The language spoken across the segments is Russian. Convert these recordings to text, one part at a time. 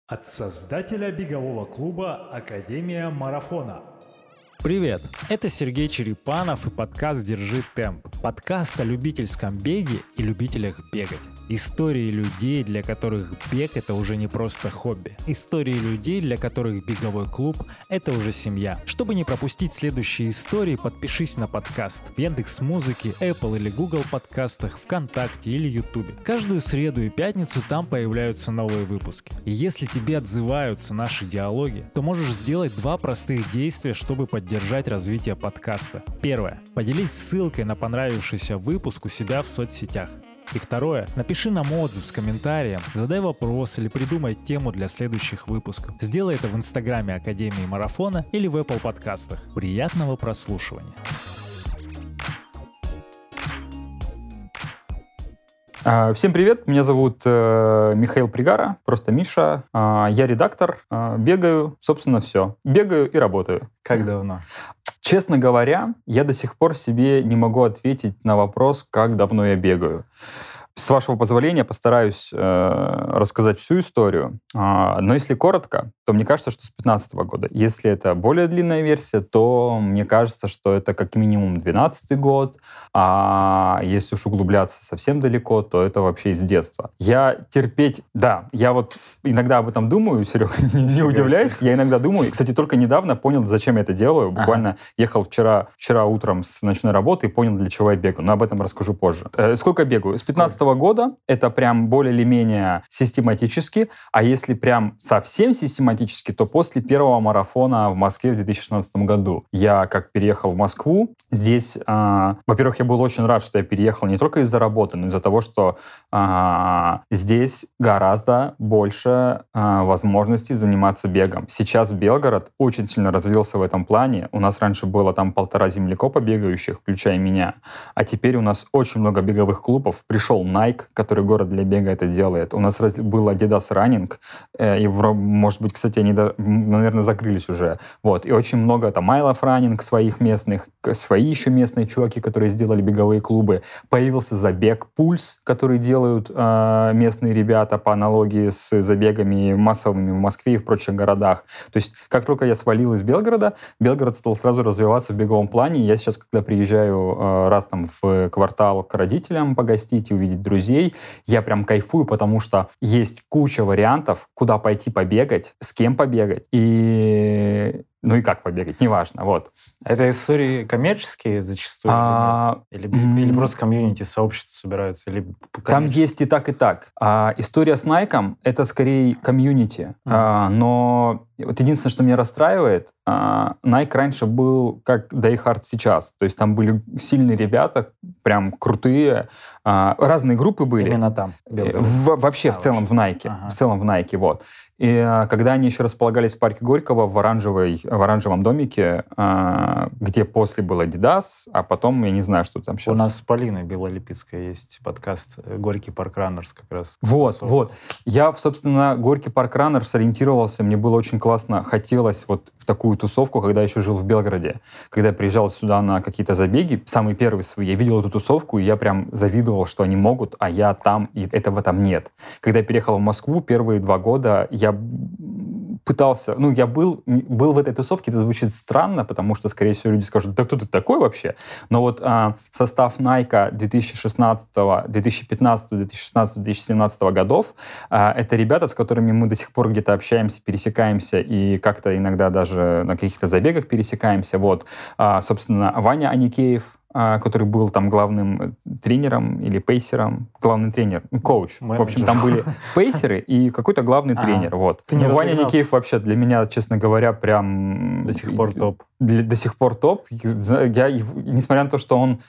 От создателя бегового клуба «Академия марафона». Привет! Это Сергей Черепанов и подкаст «Держи темп». Подкаст о любительском беге и любителях бегать. Истории людей, для которых бег — это уже не просто хобби. Истории людей, для которых беговой клуб — это уже семья. Чтобы не пропустить следующие истории, подпишись на подкаст в Яндекс.Музыке, Apple или Google подкастах, ВКонтакте или Ютубе. Каждую среду и пятницу там появляются новые выпуски. И если тебе отзываются наши диалоги, то можешь сделать два простых действия, чтобы поддержать развитие подкаста. Первое. Поделись ссылкой на понравившийся выпуск у себя в соцсетях. И второе, напиши нам отзыв с комментарием, задай вопрос или придумай тему для следующих выпусков. Сделай это в Инстаграме Академии марафона или в Apple подкастах. Приятного прослушивания. Всем привет, меня зовут Михаил Пригара, просто Миша. Я редактор, бегаю, собственно, все. Бегаю и работаю. Как давно? Честно говоря, я до сих пор себе не могу ответить на вопрос, как давно я бегаю. С вашего позволения постараюсь рассказать всю историю. Но если коротко, то мне кажется, что с 2015 года. Если это более длинная версия, то мне кажется, что это как минимум 2012 год. А если уж углубляться совсем далеко, то это вообще из детства. Я вот иногда об этом думаю, Серега, не удивляйся. Я иногда думаю. Кстати, только недавно понял, зачем я это делаю. Буквально ехал вчера утром с ночной работы и понял, для чего я бегаю. Но об этом расскажу позже. Сколько я бегаю? С 2015 года это прям более или менее систематически, а если прям совсем систематически, то после первого марафона в Москве в 2016 году. Я как переехал в Москву, здесь, во-первых, я был очень рад, что я переехал не только из-за работы, но из-за того, что здесь гораздо больше возможностей заниматься бегом. Сейчас Белгород очень сильно развился в этом плане. У нас раньше было там 1,5 землекопа бегающих, включая меня, а теперь у нас очень много беговых клубов. Пришел Nike, который город для бега это делает. У нас был Adidas Running, и, может быть, кстати, они, наверное, закрылись уже. Вот. И очень много там I Love Running своих местных, свои еще местные чуваки, которые сделали беговые клубы. Появился забег Пульс, который делают местные ребята по аналогии с забегами массовыми в Москве и в прочих городах. То есть, как только я свалил из Белгорода, Белгород стал сразу развиваться в беговом плане. Я сейчас, когда приезжаю раз там в квартал к родителям погостить и увидеть друзей, я прям кайфую, потому что есть куча вариантов, куда пойти побегать, с кем побегать и как побегать, неважно. Вот. Это истории коммерческие зачастую? Или просто комьюнити, сообщества собираются? Там есть и так, и так. История с Nike — это скорее комьюнити. Но вот единственное, что меня расстраивает, Nike раньше был как Die Hard сейчас. То есть там были сильные ребята, прям крутые. Разные группы были. Именно там? Вообще в целом в Nike. В целом в Nike, вот. И когда они еще располагались в парке Горького в оранжевом домике, где после был Adidas, а потом, я не знаю, что там сейчас. У нас с Полиной Белолипицкой есть подкаст «Горький парк-раннерс» как раз. Вот. Я, собственно, Горький парк-раннерс ориентировался, мне было очень классно, хотелось вот в такую тусовку, когда я еще жил в Белгороде. Когда я приезжал сюда на какие-то забеги, самые первые свои, я видел эту тусовку, и я прям завидовал, что они могут, а я там, и этого там нет. Когда я переехал в Москву, первые 2 года я пытался, я был в этой тусовке, это звучит странно, потому что, скорее всего, люди скажут, да кто ты такой вообще? Но вот состав Nike 2016, 2015, 2016, 2017 годов, это ребята, с которыми мы до сих пор где-то общаемся, пересекаемся и как-то иногда даже на каких-то забегах пересекаемся. Вот, собственно, Ваня Аникеев, который был там главным тренером или пейсером. Главный тренер, коуч. Менеджер. В общем, там были пейсеры и какой-то главный тренер. Вот. Ваня Никеев вообще для меня, честно говоря, прям... До сих пор топ. До сих пор топ. Я, несмотря на то, что он...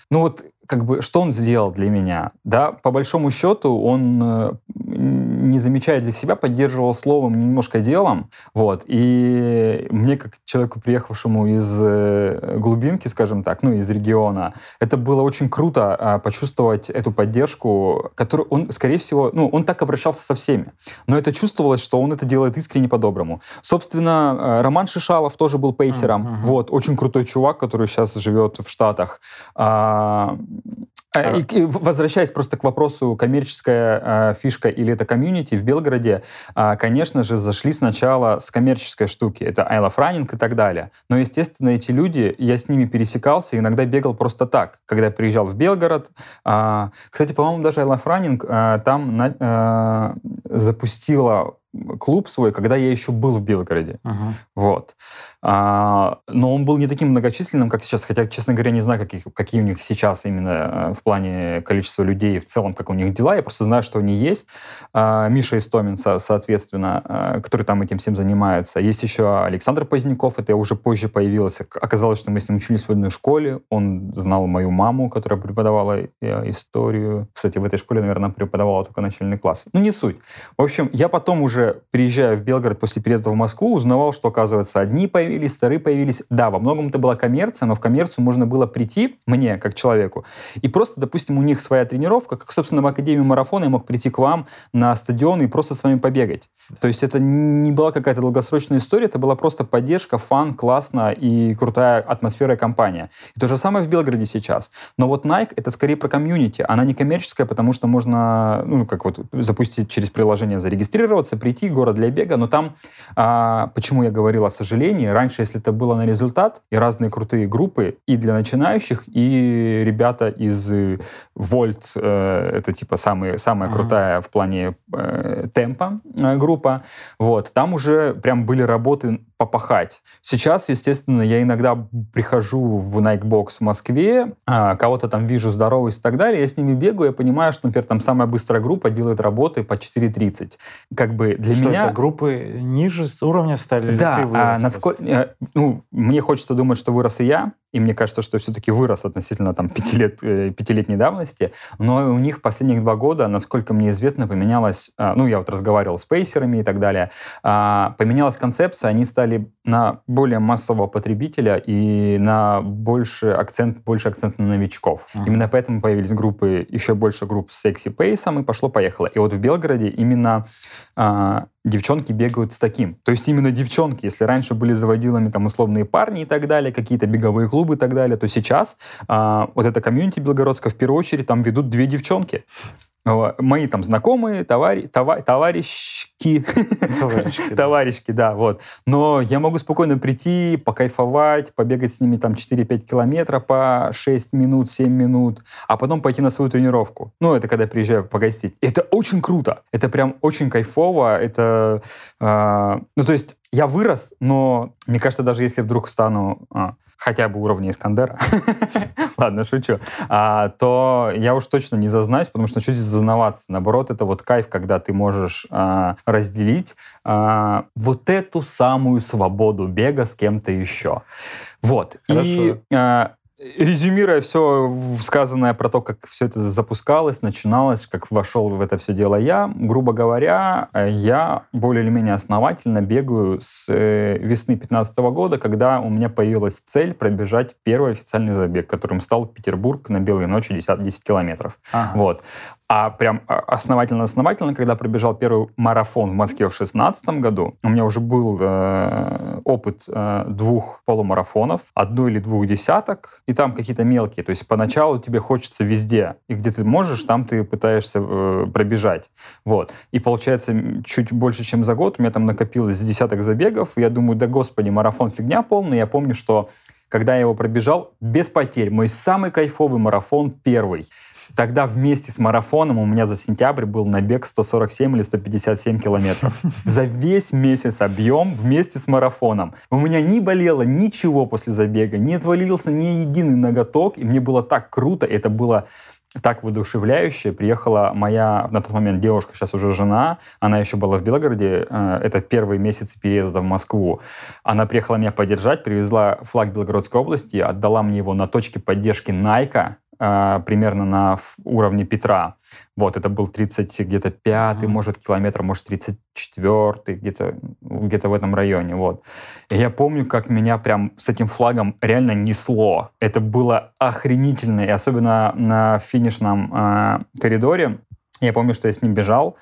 что он сделал для меня? Да, по большому счету, он, не замечая для себя, поддерживал словом, немножко делом. Вот. И мне, как человеку, приехавшему из глубинки, скажем так, из региона, это было очень круто почувствовать эту поддержку, которую он, скорее всего, он так обращался со всеми. Но это чувствовалось, что он это делает искренне по-доброму. Собственно, Роман Шишалов тоже был пейсером. Вот. Очень крутой чувак, который сейчас живет в Штатах. И возвращаясь просто к вопросу, коммерческая фишка или это комьюнити, в Белгороде, конечно же, зашли сначала с коммерческой штуки. Это I Love Running и так далее. Но, естественно, эти люди, я с ними пересекался, иногда бегал просто так, когда я приезжал в Белгород. Кстати, по-моему, даже I Love Running там запустила клуб свой, когда я еще был в Белгороде. Вот. Но он был не таким многочисленным, как сейчас, хотя, честно говоря, не знаю, какие у них сейчас именно в плане количества людей, в целом, как у них дела. Я просто знаю, что они есть. Миша Истомин, соответственно, который там этим всем занимается. Есть еще Александр Поздняков, это уже позже появился. Оказалось, что мы с ним учились в одной школе. Он знал мою маму, которая преподавала историю. Кстати, в этой школе, наверное, преподавала только начальный класс. Ну, не суть. В общем, я потом уже, приезжая в Белгород после переезда в Москву, узнавал, что, оказывается, одни появились, вторые появились. Да, во многом это была коммерция, но в коммерцию можно было прийти, мне, как человеку, и просто, допустим, у них своя тренировка, как, собственно, в Академию марафона я мог прийти к вам на стадион и просто с вами побегать. То есть это не была какая-то долгосрочная история, это была просто поддержка, фан, классно и крутая атмосфера и компания. И то же самое в Белгороде сейчас. Но вот Nike — это скорее про комьюнити. Она не коммерческая, потому что можно, как вот запустить через приложение, зарегистрироваться, прийти, город для бега, но там, почему я говорил о сожалении, раньше, если это было на результат, и разные крутые группы, и для начинающих, и ребята из Вольт, это типа самая крутая в плане темпа группа, вот, там уже прям были работы попахать. Сейчас, естественно, я иногда прихожу в Nike Box в Москве, кого-то там вижу, здороваюсь и так далее, я с ними бегаю, я понимаю, что, например, там самая быстрая группа делает работы по 4:30. Как бы для меня... Это группы ниже уровня стали? Да, мне хочется думать, что вырос и я, и мне кажется, что все-таки вырос относительно там 5-летней давности, но у них последних 2 года, насколько мне известно, поменялось, я вот разговаривал с пейсерами и так далее, поменялась концепция, они стали на более массового потребителя и на больше акцент на новичков. Именно поэтому появились группы, еще больше групп с секси-пейсом, и пошло-поехало. И вот в Белгороде именно девчонки бегают с таким. То есть именно девчонки. Если раньше были заводилами там условные парни и так далее, какие-то беговые клубы и так далее, то сейчас вот это комьюнити белгородское в первую очередь там ведут 2 девчонки. Мои там знакомые, товарищки, да, вот. Но я могу спокойно прийти, покайфовать, побегать с ними там 4-5 километров по 6 минут, 7 минут, а потом пойти на свою тренировку. Это когда я приезжаю погостить. Это очень круто, это прям очень кайфово, это... то есть я вырос, но мне кажется, даже если вдруг стану... хотя бы уровня Искандера, ладно, шучу, то я уж точно не зазнаюсь, потому что что здесь зазнаваться? Наоборот, это вот кайф, когда ты можешь разделить вот эту самую свободу бега с кем-то еще. Вот. Хорошо. И резюмируя все сказанное про то, как все это запускалось, начиналось, как вошел в это все дело я, грубо говоря, я более или менее основательно бегаю с весны 2015 года, когда у меня появилась цель пробежать первый официальный забег, которым стал Петербург на Белой ночи 10 километров. Ага. Вот. А прям основательно, когда пробежал первый марафон в Москве в 2016 году, у меня уже был опыт 2 полумарафонов, 1 или 2 десяток, и там какие-то мелкие. То есть поначалу тебе хочется везде, и где ты можешь, там ты пытаешься пробежать. Вот. И получается, чуть больше, чем за год, у меня там накопилось десяток забегов, и я думаю, да господи, марафон фигня полная. Я помню, что когда я его пробежал, без потерь, мой самый кайфовый марафон первый. Тогда вместе с марафоном у меня за сентябрь был набег 147 или 157 километров. За весь месяц объем вместе с марафоном. У меня не болело ничего после забега, не отвалился ни единый ноготок, и мне было так круто, это было так воодушевляюще. Приехала моя на тот момент девушка, сейчас уже жена, она еще была в Белгороде, это первые месяцы переезда в Москву. Она приехала меня поддержать, привезла флаг Белгородской области, отдала мне его на точке поддержки Nike, примерно на уровне Петра. Вот, это был 35-й, может, километр, может, 34-й, где-то в этом районе, вот. И я помню, как меня прям с этим флагом реально несло. Это было охренительно, и особенно на финишном коридоре. Я помню, что я с ним бежал,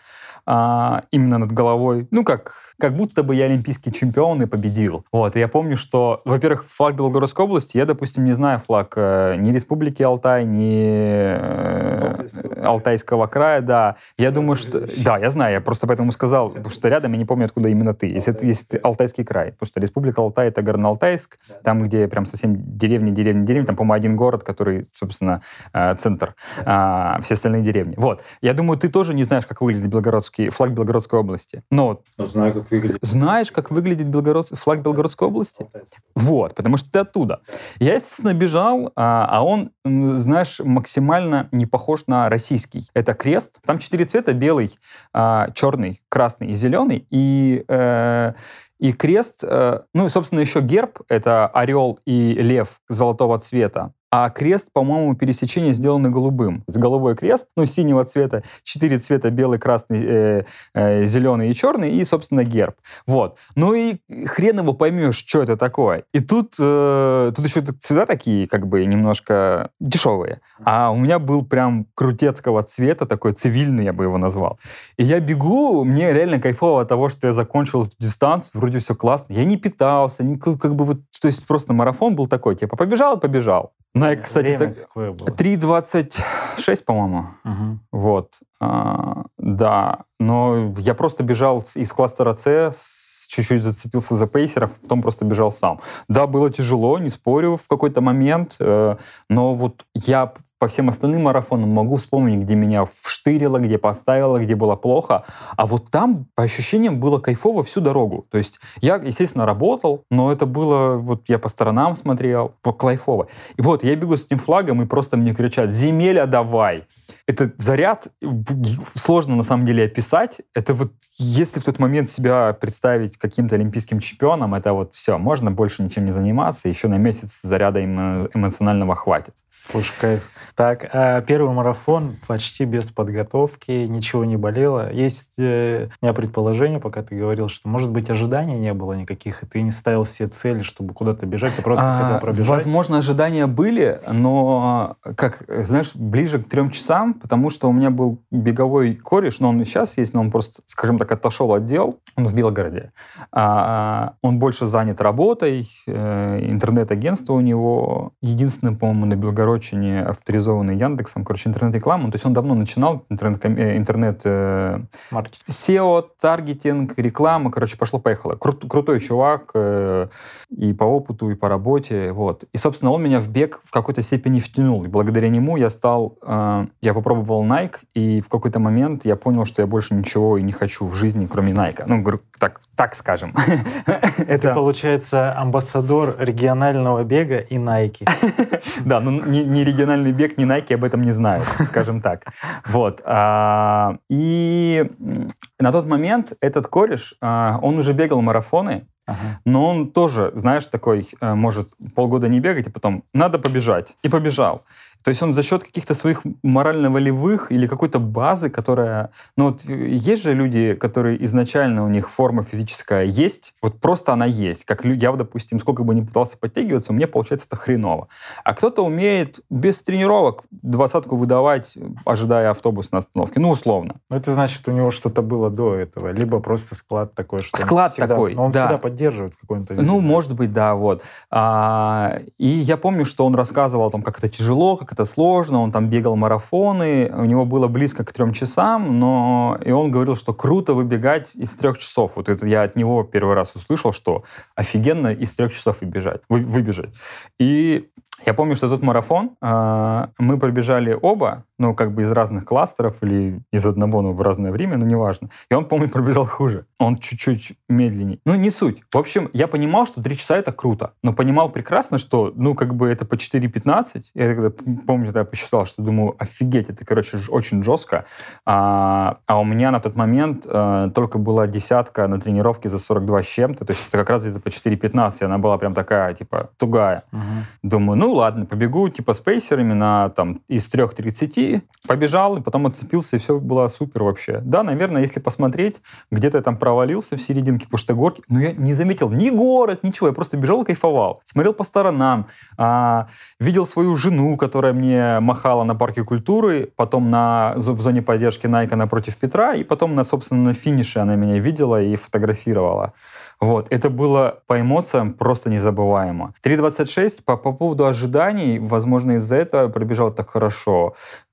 именно над головой. Ну, как будто бы я олимпийский чемпион и победил. Вот. И я помню, что, во-первых, флаг Белгородской области, я, допустим, не знаю флаг ни Республики Алтай, ни Алтайского края, да. Я думаю, что... Да, я знаю, я просто поэтому сказал, потому что рядом я не помню, откуда именно ты. Если ты Алтайский край. Потому что Республика Алтай — это Горно-Алтайск, там, где прям совсем деревни, там, по-моему, один город, который, собственно, центр, все остальные деревни. Вот. Я думаю, ты тоже не знаешь, как выглядит флаг Белгородской области. Но знаю, как выглядит. Знаешь, как выглядит флаг Белгородской области? Вот, потому что ты оттуда. Я, естественно, бежал, а он, знаешь, максимально не похож на российский. Это крест. Там 4 цвета: белый, черный, красный и зеленый. И крест, ну и, собственно, еще герб — это орел и лев золотого цвета. А крест, по-моему, пересечение сделано голубым. С головой крест, ну, синего цвета, 4 цвета: белый, красный, зеленый и черный, и, собственно, герб. Вот. Ну и хрен его поймешь, что это такое. И тут еще цвета такие, как бы, немножко дешевые. А у меня был прям крутецкого цвета, такой цивильный, я бы его назвал. И я бегу, мне реально кайфово от того, что я закончил эту дистанцию, вроде все классно. Я не питался, как бы вот, то есть просто марафон был такой, типа, побежал. Nike, кстати, 3:26, по-моему. Угу. Вот. Да. Но я просто бежал из кластера С, чуть-чуть зацепился за пейсеров, потом просто бежал сам. Да, было тяжело, не спорю, в какой-то момент, но вот я по всем остальным марафонам могу вспомнить, где меня вштырило, где поставило, где было плохо. А вот там, по ощущениям, было кайфово всю дорогу. То есть я, естественно, работал, но это было... Вот я по сторонам смотрел, кайфово. И вот я бегу с этим флагом, и просто мне кричат: «Земеля, давай!» Этот заряд сложно, на самом деле, описать. Это вот если в тот момент себя представить каким-то олимпийским чемпионом, это вот все, можно больше ничем не заниматься, еще на месяц заряда эмоционального хватит. Слушай, кайф. Так, первый марафон почти без подготовки, ничего не болело. Есть у меня предположение, пока ты говорил, что, может быть, ожиданий не было никаких, и ты не ставил все цели, чтобы куда-то бежать, ты просто хотел пробежать. Возможно, ожидания были, но, как, знаешь, ближе к 3 часам, потому что у меня был беговой кореш, но он и сейчас есть, но он просто, скажем так, отошел от дел, он в Белгороде. Он больше занят работой, интернет-агентство у него, единственное, по-моему, на Белгородчине авторизованный Яндексом, короче, интернет-рекламу. То есть он давно начинал интернет SEO, таргетинг, реклама, короче, пошло-поехало. Крутой чувак и по опыту, и по работе, вот. И, собственно, он меня в бег в какой-то степени втянул. И благодаря нему я попробовал Nike, и в какой-то момент я понял, что я больше ничего и не хочу в жизни, кроме Nike. Ну, говорю, так скажем. Это, получается, амбассадор регионального бега и Nike. Да, но ни региональный бег, ни Nike об этом не знают, скажем так. Вот. И на тот момент этот кореш, он уже бегал марафоны, но он тоже, знаешь, такой, может полгода не бегать, а потом надо побежать. И побежал. То есть он за счет каких-то своих морально-волевых или какой-то базы, которая... Ну вот есть же люди, которые изначально у них форма физическая есть, вот просто она есть. Как я, допустим, сколько бы ни пытался подтягиваться, у меня получается это хреново. А кто-то умеет без тренировок 20-ку выдавать, ожидая автобус на остановке. Ну, условно. Ну, это значит, у него что-то было до этого. Либо просто склад такой, что склад всегда, такой, но он да. всегда поддерживает в каком-то виде. Ну, может быть, да, вот. И я помню, что он рассказывал, там, как это тяжело, как это сложно, он там бегал марафоны, у него было близко к 3 часам, и он говорил, что круто выбегать из 3 часов. Вот это я от него первый раз услышал, что офигенно из 3 часов выбежать. И я помню, что тот марафон мы пробежали оба, ну, как бы из разных кластеров или из одного, но в разное время, но неважно. И он, помню, пробежал хуже. Он чуть-чуть медленнее. Ну, не суть. В общем, я понимал, что 3 часа — это круто. Но понимал прекрасно, что, ну, как бы это по 4:15. Я тогда, помню, я посчитал, что думаю, офигеть, это, короче, очень жестко. А у меня на тот момент только была 10 на тренировке за 42 с чем-то. То есть это как раз где-то по 4:15. Она была прям такая, типа, тугая. Думаю, ну, ладно, побегу, типа, с пейсерами из 3:30, И побежал, и потом отцепился, и все было супер вообще. Да, наверное, если посмотреть, где-то я там провалился в серединке, потому что горки, но я не заметил ни город, ничего, я просто бежал и кайфовал. Смотрел по сторонам, видел свою жену, которая мне махала на парке культуры, потом в зоне поддержки Найка напротив Петра, и потом, собственно, на финише она меня видела и фотографировала. Вот. Это было по эмоциям просто незабываемо. 3.26 по поводу ожиданий, возможно, из-за этого пробежал так хорошо.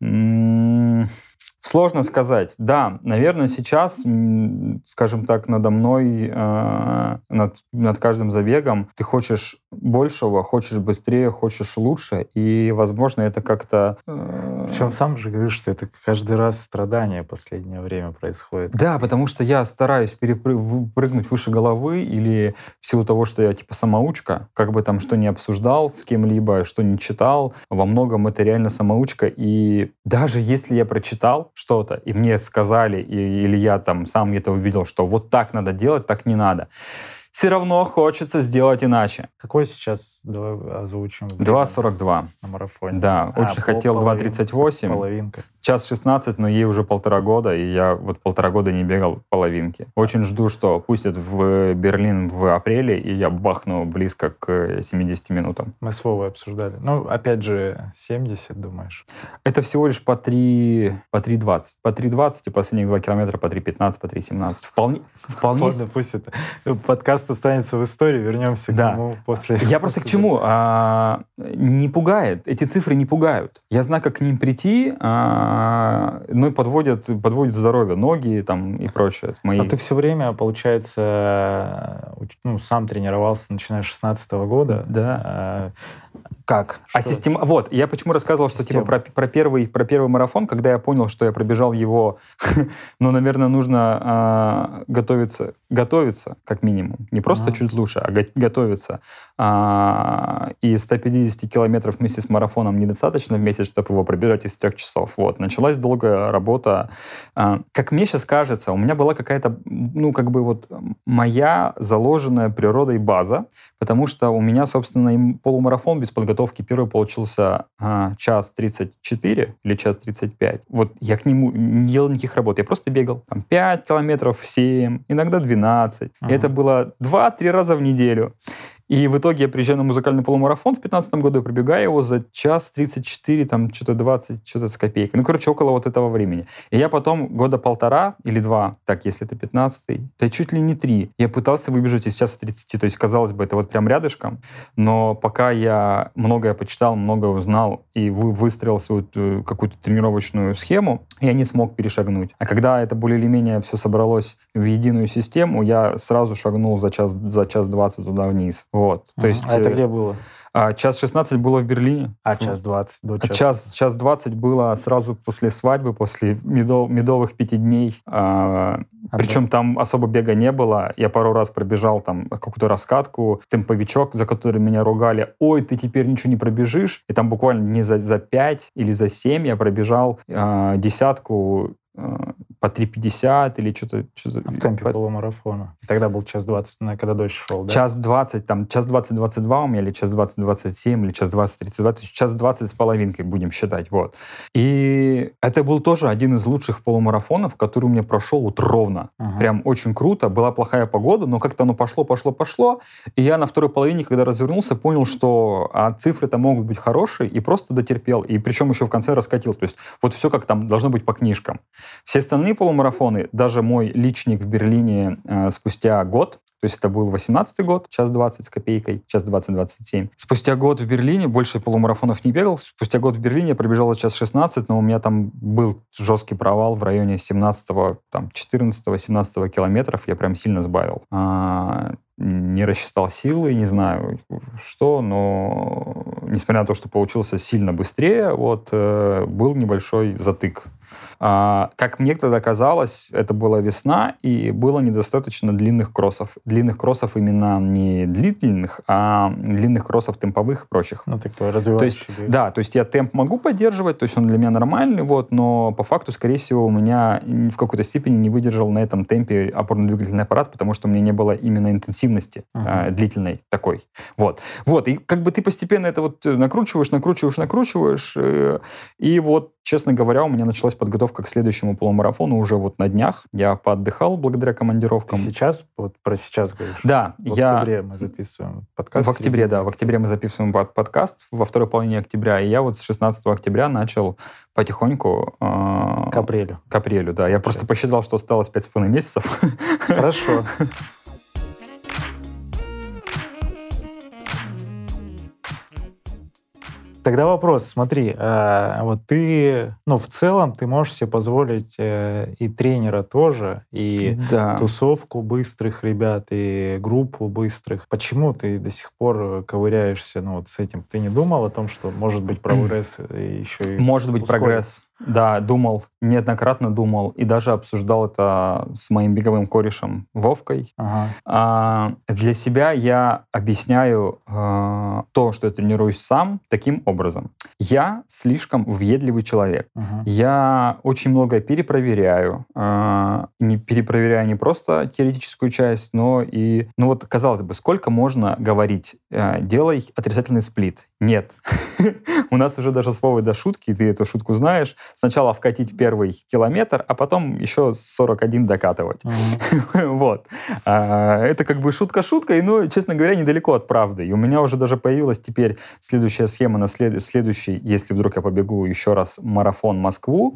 Сложно сказать. Да, наверное, сейчас, скажем так, надо мной, над каждым забегом ты хочешь большего, хочешь быстрее, хочешь лучше, и, возможно, это как-то... Причем сам же говоришь, что это каждый раз страдание в последнее время происходит. Да, потому что я стараюсь прыгнуть выше головы, или в силу того, что я типа самоучка, как бы там что ни обсуждал с кем-либо, что ни читал, во многом это реально самоучка, и даже если я прочитал что-то, и мне сказали, или я там сам где-то увидел, что вот так надо делать, так не надо, все равно хочется сделать иначе. Какой сейчас, давай озвучим? 2.42. На марафоне. Да, очень хотел 2.38. Половинка. Час 16, но ей уже 1,5 года, и я вот 1,5 года не бегал половинки. Очень жду, что пустят в Берлин в апреле, и я бахну близко к 70 минутам. Мы с Вовой обсуждали. Ну, опять же, 70, думаешь? Это всего лишь по 3.20. По 3.20 и последних 2 километра по 3.15, по 3.17. Вполне... Ладно, пусть это подкаст останется в истории, вернемся к нему после... Я просто к чему? Не пугает. Эти цифры не пугают. Я знаю, как к ним прийти, но и подводят здоровье, ноги там и прочее. А ты все время, получается, сам тренировался, начиная с 2016 года. Да. Как? Вот, я почему рассказывал, что типа про первый марафон, когда я понял, что я пробежал его, наверное, нужно готовиться, как минимум. Не просто чуть лучше, а готовиться. И 150 километров вместе с марафоном недостаточно в месяц, чтобы его пробежать из 3 часов. Вот. Началась долгая работа. Как мне сейчас кажется, у меня была какая-то, моя заложенная природой база, потому что у меня, собственно, полумарафон без подготовки первый получился час 34 или час 35. Вот я к нему не делал никаких работ. Я просто бегал там 5 километров, 7, иногда 12. И это было 2-3 раза в неделю. И в итоге я приезжаю на музыкальный полумарафон в 2015 году, я пробегаю его за час 34, там что-то 20, что-то с копейкой. Около вот этого времени. И я потом 1.5 года или 2, так, если это 15-й, да чуть ли не 3, я пытался выбежать из часа 30. То есть, казалось бы, это вот прям рядышком. Но пока я многое почитал, многое узнал и выстроил свою какую-то тренировочную схему, я не смог перешагнуть. А когда это более или менее все собралось в единую систему, я сразу шагнул за час 20 туда вниз. Вот. То есть, это где было? Час 16 было в Берлине. Час 20 до часа? Час 20 было сразу после свадьбы, после медовых 5 дней. Причем там особо бега не было. Я пару раз пробежал там какую-то раскатку, темповичок, за который меня ругали. Ой, ты теперь ничего не пробежишь. И там буквально не за 5 или за 7 я пробежал десятку по 3.50 или что-то... В темпе полумарафона. И тогда был час 20, когда дождь шел, да? Час 20, там, час 20-22 у меня, или час 20-27, или час 20-32, то есть час 20 с половинкой будем считать, вот. И это был тоже один из лучших полумарафонов, который у меня прошел вот ровно. Прям очень круто. Была плохая погода, но как-то оно пошло. И я на второй половине, когда развернулся, понял, что цифры-то могут быть хорошие, и просто дотерпел. И причем еще в конце раскатил. То есть вот все как там должно быть по книжкам. Все остальные полумарафоны, даже мой личник в Берлине спустя год, то есть это был 18-й год, час 20 с копейкой, час 20-27. Спустя год в Берлине, больше полумарафонов не бегал, спустя год в Берлине я пробежал час 16, но у меня там был жесткий провал в районе 17-го, там 14-17 километров, я прям сильно сбавил. Не рассчитал силы, не знаю что, но несмотря на то, что получился сильно быстрее, вот был небольшой затык. Как мне тогда казалось, это была весна, и было недостаточно длинных кроссов. Длинных кроссов именно не длинных, а длинных кроссов темповых и прочих. Ну, такой развивающий. Да, то есть я темп могу поддерживать, то есть он для меня нормальный, вот, но по факту, скорее всего, у меня в какой-то степени не выдержал на этом темпе опорно-двигательный аппарат, потому что у меня не было именно интенсивности длительной такой. Вот, и как бы ты постепенно это вот накручиваешь, и вот, честно говоря, у меня началась подготовка к следующему полумарафону уже вот на днях. Я поотдыхал благодаря командировкам. Ты сейчас, вот про сейчас говоришь? Да. В октябре мы записываем подкаст. В октябре мы записываем подкаст во второй половине октября, и я вот с 16 октября начал потихоньку... К апрелю. К апрелю, да. Я просто посчитал, что осталось 5,5 месяцев. Хорошо. Тогда вопрос, смотри, вот ты, в целом ты можешь себе позволить и тренера тоже, и тусовку быстрых ребят, и группу быстрых. Почему ты до сих пор ковыряешься, с этим? Ты не думал о том, что может быть прогресс еще и может быть прогресс. Да, неоднократно думал, и даже обсуждал это с моим беговым корешем Вовкой. Для себя я объясняю то, что я тренируюсь сам, таким образом. Я слишком въедливый человек. Я очень многое перепроверяю. Перепроверяю не просто теоретическую часть, но и... вот, казалось бы, сколько можно говорить? Делай отрицательный сплит. Нет. У нас уже даже с Вовой до шутки, ты эту шутку знаешь, сначала вкатить первый километр, а потом еще 41 докатывать. Вот. Это как бы шутка-шуткой, но, честно говоря, недалеко от правды. И у меня уже даже появилась теперь следующая схема на следующий, если вдруг я побегу еще раз марафон Москву,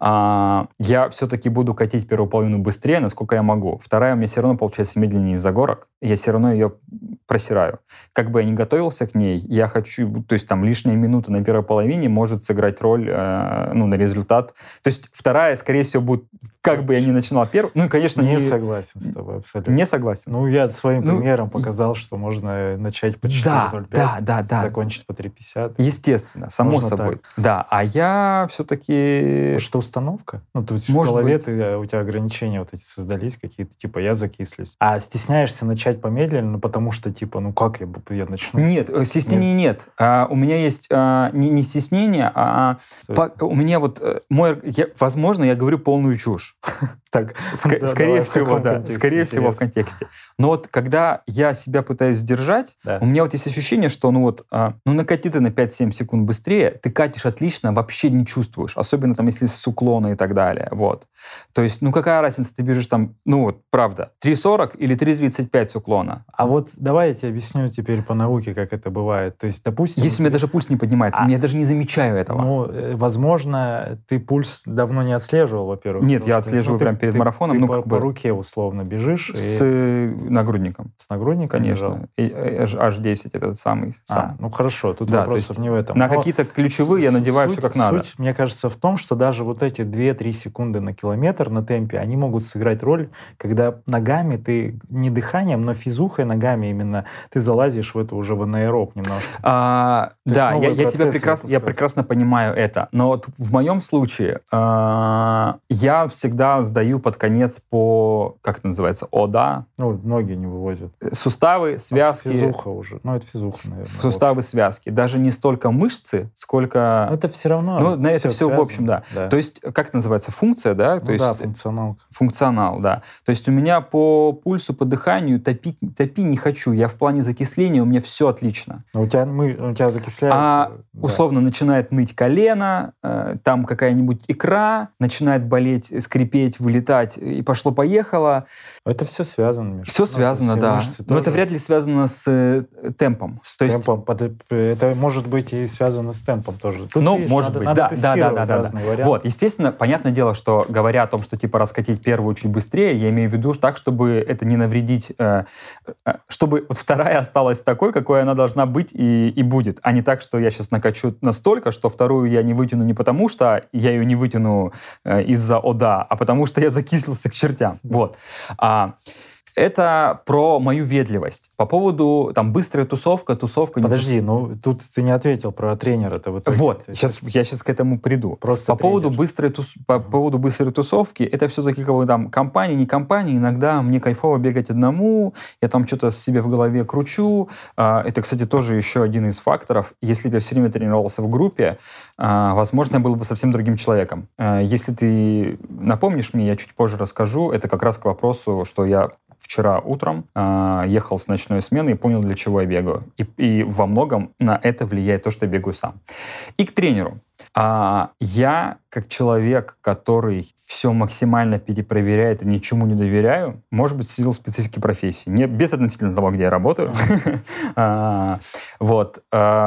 я все-таки буду катить первую половину быстрее, насколько я могу. Вторая у меня все равно получается медленнее из-за горок, я все равно ее просираю. Как бы я ни готовился к ней, я хочу, то есть там лишняя минута на первой половине может сыграть роль на результат. То есть вторая, скорее всего, будет, как бы я ни начинал первую. Конечно, не согласен с тобой абсолютно. Не согласен? Я своим примером показал, что можно начать по 4.05, закончить по 3.50. Естественно, само собой. Так. Да, а я все-таки... Что, установка? То есть в голове у тебя ограничения вот эти создались какие-то, типа я закислюсь. А стесняешься начать помедленно, потому что, как я начну? Нет, стеснения нет. У меня есть не стеснение, у меня возможно, я говорю полную чушь. Так, скорее всего, в контексте. Но вот когда я себя пытаюсь сдержать, у меня вот есть ощущение, что накати ты на 5-7 секунд быстрее, ты катишь отлично, вообще не чувствуешь. Особенно там, если с уклона и так далее. Вот. То есть, какая разница, ты бежишь там, правда, 3.40 или 3.35 с уклона. А вот давай я тебе объясню теперь по науке, как это бывает. То есть, допустим... Если у меня даже пульс не поднимается, я даже не замечаю этого. Возможно, ты пульс давно не отслеживал, во-первых. Нет, я отслеживаю прямо перед марафоном. Ты по руке условно бежишь. С нагрудником. С нагрудником? Конечно. H10 этот самый. Хорошо, тут вопросов не в этом. На какие-то ключевые я надеваю все как надо. Суть, мне кажется, в том, что даже вот эти 2-3 секунды на километр на темпе, они могут сыграть роль, когда ногами ты, не дыханием, но физухой ногами именно, ты залазишь в это уже в анаэроб немножко. Да, я тебя прекрасно понимаю это. Но вот в моем случае я всегда сдаю под конец по, как это называется, ОДА. Ноги не вывозят. Суставы, связки. Физуха уже. Это физуха, наверное. Суставы, связки. Даже не столько мышцы, сколько... Это все равно. Это все связано, в общем, да. То есть, как это называется, функция, да? Функционал. Функционал, да. То есть у меня по пульсу, по дыханию топить не хочу. Я в плане закисления, у меня все отлично. У тебя закисляется... Условно начинает ныть колено, там какая-нибудь икра, начинает болеть, скрипеть, вылетать, и пошло-поехало. Это все связано. Все связано, да. Но это вряд ли связано с темпом. Темпом. Это может быть и связано с темпом тоже. Тут, может быть, да. Вот, естественно, понятное дело, что говоря о том, что типа раскатить первую чуть быстрее, я имею в виду так, чтобы это не навредить, чтобы вторая осталась такой, какой она должна быть и будет, а не так, что я сейчас накачу настолько, что вторую я не вытяну не потому, что я ее не вытяну из-за ОДА, а потому что я закислился к чертям. Вот. Это про мою ведливость. По поводу там быстрая тусовка. Подожди, ну тут ты не ответил про тренера. Вот, я сейчас к этому приду. Просто по поводу быстрой тусовки, это все-таки как бы там компания, не компания. Иногда мне кайфово бегать одному, я там что-то себе в голове кручу. Это, кстати, тоже еще один из факторов. Если бы я все время тренировался в группе, возможно, я был бы совсем другим человеком. Если ты напомнишь мне, я чуть позже расскажу. Это как раз к вопросу, что я вчера утром ехал с ночной смены и понял, для чего я бегаю. И во многом на это влияет то, что я бегаю сам. И к тренеру. Я, как человек, который все максимально перепроверяет и ничему не доверяю, может быть, в силу специфики профессии. Не безотносительно того, где я работаю. Вот.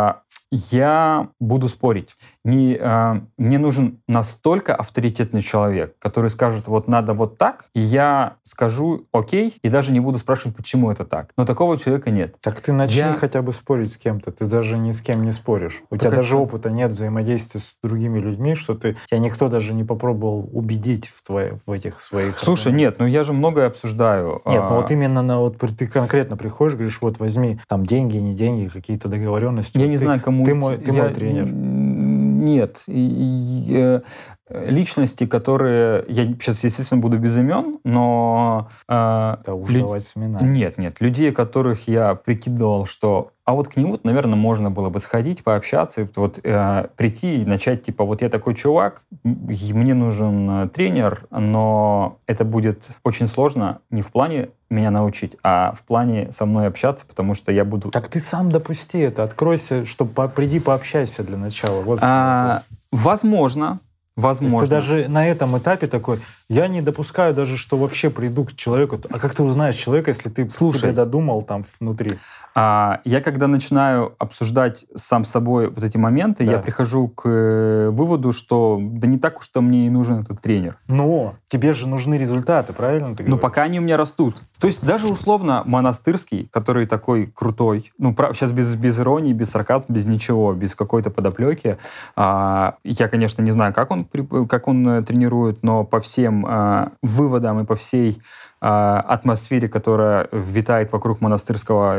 Я буду спорить. Мне нужен настолько авторитетный человек, который скажет, вот надо вот так, и я скажу окей, и даже не буду спрашивать, почему это так. Но такого человека нет. Так ты начни хотя бы спорить с кем-то. Ты даже ни с кем не споришь. У тебя даже опыта нет взаимодействия с другими людьми, что тебя никто даже не попробовал убедить в этих своих... Слушай, нет, я же многое обсуждаю. Нет, вот именно ты конкретно приходишь, говоришь, вот возьми там деньги, не деньги, какие-то договоренности. Я не знаю, кому... Ты мой тренер. Нет. Личности, которые... Я сейчас, естественно, буду без имен, но... Да уж давай с именами. Нет. Людей, которых я прикидывал, что... А вот к нему, наверное, можно было бы сходить, пообщаться, вот прийти и начать, типа, вот я такой чувак, мне нужен тренер, но это будет очень сложно не в плане меня научить, а в плане со мной общаться, потому что я буду... Так ты сам допусти это, откройся, приди пообщайся для начала. Вот возможно. Ты даже на этом этапе такой, я не допускаю даже, что вообще приду к человеку. А как ты узнаешь человека, если ты себе додумал там внутри? Я когда начинаю обсуждать сам с собой вот эти моменты, я прихожу к выводу, что да не так уж что мне и нужен этот тренер. Но тебе же нужны результаты, правильно ты говоришь? Ну, пока они у меня растут. То есть даже условно Монастырский, который такой крутой, сейчас без иронии, без сарказма, без ничего, без какой-то подоплеки, я, конечно, не знаю, как он тренирует, но по всем выводам и по всей атмосфере, которая витает вокруг монастырского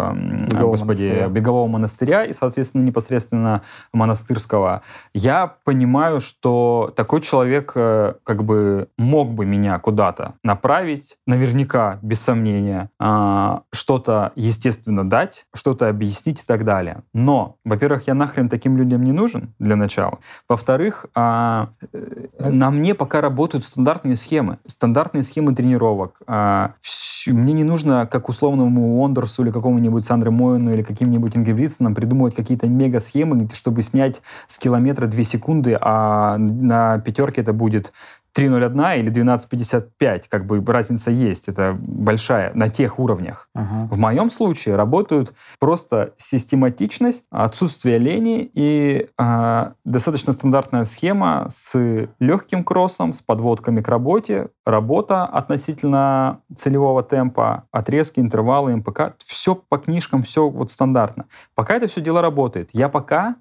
бегового монастыря и, соответственно, непосредственно монастырского, я понимаю, что такой человек как бы мог бы меня куда-то направить, наверняка, без сомнения, что-то, естественно, дать, что-то объяснить и так далее. Но, во-первых, я нахрен таким людям не нужен для начала. Во-вторых, на мне пока работают стандартные схемы тренировок. Мне не нужно, как условному Уондерсу или какому-нибудь Сандре Моэну или каким-нибудь Ингебридсенам придумывать какие-то мега-схемы, чтобы снять с километра 2 секунды, а на пятерке это будет 3.01 или 12.55, как бы разница есть, это большая на тех уровнях. В моем случае работают просто систематичность, отсутствие лени и достаточно стандартная схема с легким кроссом, с подводками к работе, работа относительно целевого темпа, отрезки, интервалы, МПК, все по книжкам, все вот стандартно. Пока это все дело работает. Я пока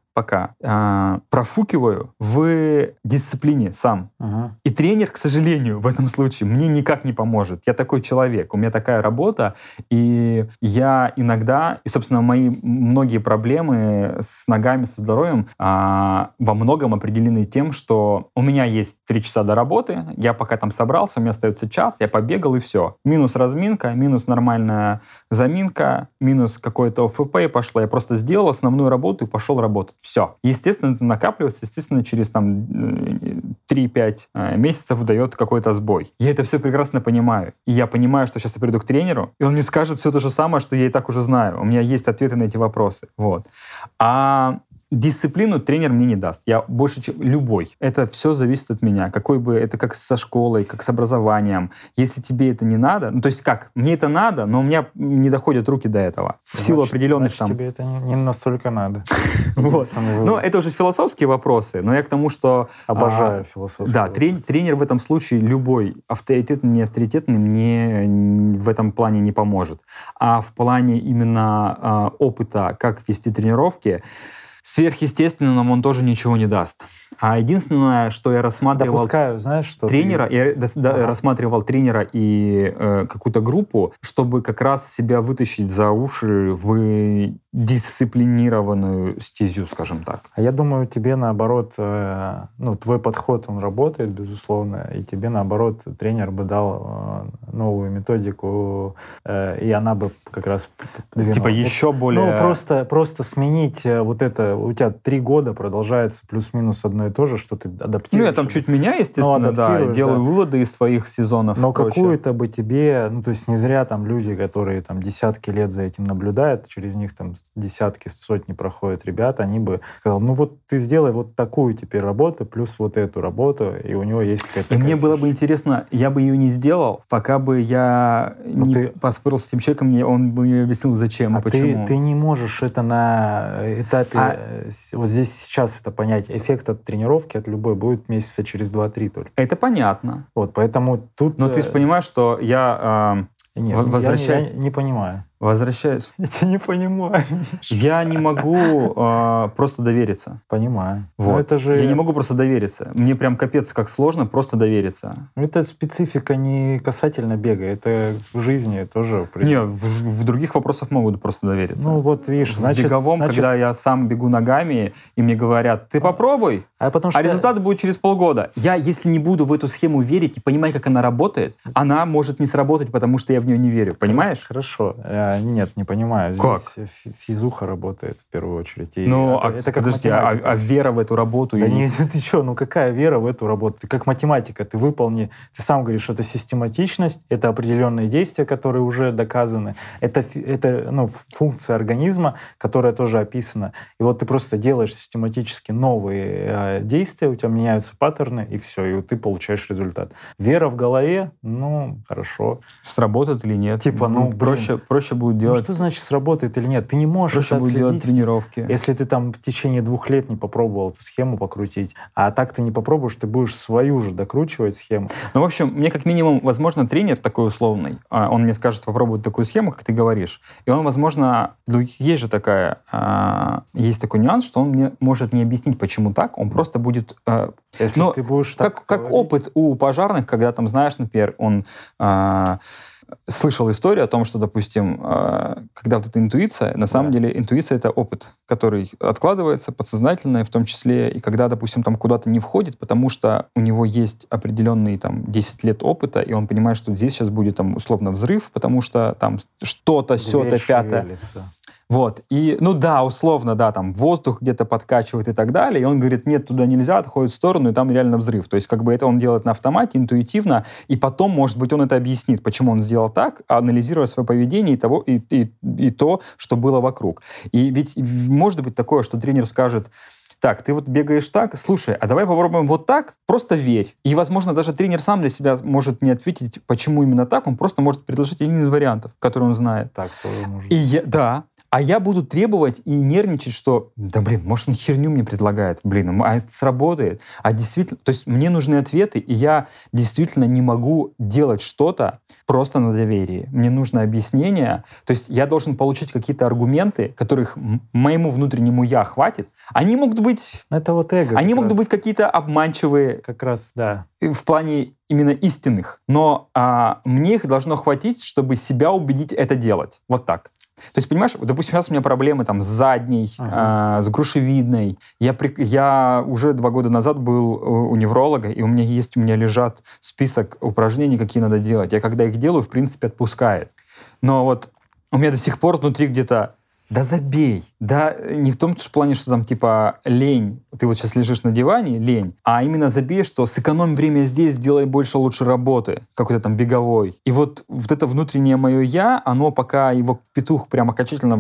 профукиваю в дисциплине сам. И тренер, к сожалению, в этом случае мне никак не поможет. Я такой человек, у меня такая работа, и я иногда, и, собственно, мои многие проблемы с ногами, со здоровьем во многом определены тем, что у меня есть 3 часа до работы, я пока там собрался, у меня остается час, я побегал, и все. Минус разминка, минус нормальная заминка, минус какое-то ОФП, и пошло. Я просто сделал основную работу и пошел работать. Все. Естественно, это накапливается, естественно, через 3-5 месяцев дает какой-то сбой. Я это все прекрасно понимаю. И я понимаю, что сейчас я приду к тренеру, и он мне скажет все то же самое, что я и так уже знаю. У меня есть ответы на эти вопросы. Вот. А дисциплину тренер мне не даст. Я больше, чем любой. Это все зависит от меня. Какой бы это как со школой, как с образованием. Если тебе это не надо, то есть как? Мне это надо, но у меня не доходят руки до этого. В силу определенных там... тебе это не настолько надо. Вот. Ну, это уже философские вопросы, но я к тому, что... Обожаю философские вопросы. Да, тренер в этом случае любой, авторитетный, не авторитетный, мне в этом плане не поможет. А в плане именно опыта, как вести тренировки, сверхъестественным он тоже ничего не даст. А единственное, что я рассматривал... Допускаю, знаешь, что тренера, я рассматривал тренера и какую-то группу, чтобы как раз себя вытащить за уши в дисциплинированную стезю, скажем так. А я думаю, тебе наоборот, твой подход, он работает, безусловно, и тебе наоборот тренер бы дал новую методику, и она бы как раз двинула. Типа еще более... Просто сменить вот это, у тебя 3 года продолжается плюс-минус одно и то же, что ты адаптируешь. Я там чуть меняю, естественно, делаю выводы из своих сезонов. Но какую-то бы тебе, то есть не зря там люди, которые там десятки лет за этим наблюдают, через них там десятки, сотни проходят ребят, они бы сказали, вот ты сделай вот такую теперь работу, плюс вот эту работу, и у него есть какая-то... И мне было бы интересно, я бы ее не сделал, пока бы я не поспорил с этим человеком, он бы мне объяснил, зачем и почему. Ты не можешь это на этапе, вот здесь сейчас это понять, эффект от тренировки, от любой, будет месяца через 2-3 только. Это понятно. Вот, поэтому тут... Но ты же понимаешь, что я возвращаюсь... Я не понимаю. Возвращаюсь. Я тебя не понимаю. Я не могу просто довериться. Понимаю. Вот. Это же... Я не могу просто довериться. Мне прям капец как сложно просто довериться. Это специфика не касательно бега, это в жизни тоже. Не, в других вопросах могут просто довериться. Вот видишь, в беговом, когда я сам бегу ногами, и мне говорят, ты попробуй, а результат будет через полгода. Я, если не буду в эту схему верить и понимать, как она работает, она может не сработать, потому что я в нее не верю. Понимаешь? Хорошо. Нет, не понимаю. Как? Здесь физуха работает в первую очередь. Подожди, а вера в эту работу? Да нет, ты что, какая вера в эту работу? Ты как математика, ты выполни, ты сам говоришь, это систематичность, это определенные действия, которые уже доказаны, это функция организма, которая тоже описана. И вот ты просто делаешь систематически новые действия, у тебя меняются паттерны, и все, и ты получаешь результат. Вера в голове, хорошо. Сработает или нет? Проще будет делать... что значит сработает или нет? Ты не можешь проще будет делать тренировки. Если ты там в течение 2 лет не попробовал эту схему покрутить, а так ты не попробуешь, ты будешь свою же докручивать схему. В общем, мне как минимум, возможно, тренер такой условный, он мне скажет попробовать такую схему, как ты говоришь, и он, возможно, есть же есть такой нюанс, что он мне может не объяснить, почему так, он просто будет... Если ты будешь так как опыт у пожарных, когда там, знаешь, например, он... слышал историю о том, что, допустим, когда вот эта интуиция, на самом деле интуиция — это опыт, который откладывается, подсознательное в том числе, и когда, допустим, там куда-то не входит, потому что у него есть определенный там 10 лет опыта, и он понимает, что здесь сейчас будет там условно взрыв, потому что там что-то, сё-то, пятое. Вот. И, условно, там воздух где-то подкачивает и так далее, и он говорит, нет, туда нельзя, отходит в сторону, и там реально взрыв. То есть это он делает на автомате, интуитивно, и потом, может быть, он это объяснит, почему он сделал так, анализируя свое поведение и то, что было вокруг. И ведь может быть такое, что тренер скажет, так, ты вот бегаешь так, слушай, а давай попробуем вот так, просто верь. И, возможно, даже тренер сам для себя может не ответить, почему именно так, он просто может предложить один из вариантов, который он знает. Так тоже может. А я буду требовать и нервничать, что, может, он херню мне предлагает, а это сработает. А действительно, то есть мне нужны ответы, и я действительно не могу делать что-то просто на доверии. Мне нужно объяснение, то есть я должен получить какие-то аргументы, которых моему внутреннему «я» хватит. Они могут быть... Это вот эго. Они могут быть какие-то обманчивые. Как раз, да. В плане именно истинных. Но мне их должно хватить, чтобы себя убедить это делать. Вот так. То есть, понимаешь, допустим, сейчас у меня проблемы там с задней, с грушевидной. Я уже 2 года назад был у невролога, и у меня лежат список упражнений, какие надо делать. Я когда их делаю, в принципе, отпускает. Но вот у меня до сих пор внутри где-то да забей. Да не в том плане, что там типа лень, ты вот сейчас лежишь на диване, лень, а именно забей, что сэкономь время здесь, сделай больше, лучше работы, какой-то там беговой. И вот это внутреннее мое «я», оно пока его петух прямо окончательно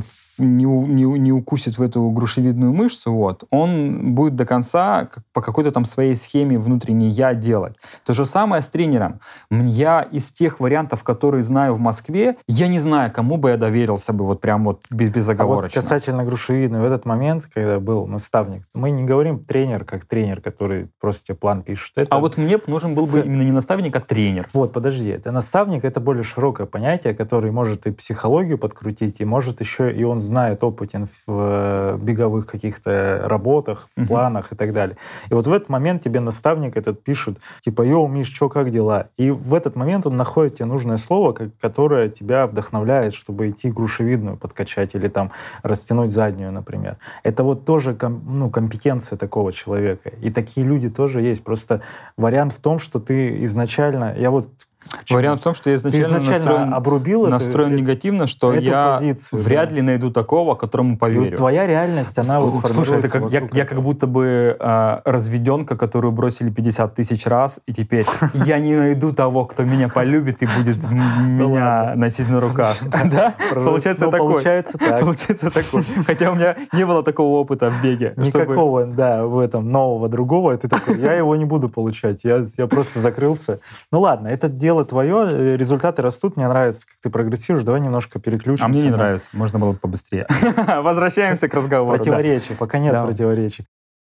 не укусит в эту грушевидную мышцу, он будет до конца по какой-то там своей схеме внутренней «я» делать. То же самое с тренером. Я из тех вариантов, которые знаю в Москве, я не знаю, кому бы я доверился бы вот прям вот без безоговорочно. А вот касательно грушевидной, в этот момент, когда был наставник, мы не говорим тренер, как тренер, который просто тебе план пишет. Это... А вот мне нужен был бы именно не наставник, а тренер. Вот, подожди, это наставник, это более широкое понятие, который может и психологию подкрутить, и может еще, и он знает, опытен в беговых каких-то работах, в планах и так далее. И вот в этот момент тебе наставник этот пишет, типа, йоу, Миш, чё, как дела? И в этот момент он находит тебе нужное слово, которое тебя вдохновляет, чтобы идти грушевидную подкачать или там растянуть заднюю, например. Это вот тоже компетенция такого человека. И такие люди тоже есть. Просто вариант в том, что ты изначально... Вариант в том, что я изначально настроен негативно, что я вряд ли найду такого, которому поверю. И твоя реальность, она формируется. Слушай, я как будто бы разведенка, которую бросили 50 тысяч раз, и теперь я не найду того, кто меня полюбит и будет меня носить на руках. Да? Получается такой. Получается такой. Хотя у меня не было такого опыта в беге. Никакого, да, в этом нового другого. Ты такой, я его не буду получать. Я просто закрылся. Ну ладно, это дело твое, результаты растут, мне нравится, как ты прогрессируешь, давай немножко переключимся. А мне не нравится, можно было бы побыстрее. Возвращаемся к разговору. Противоречий, пока нет противоречий.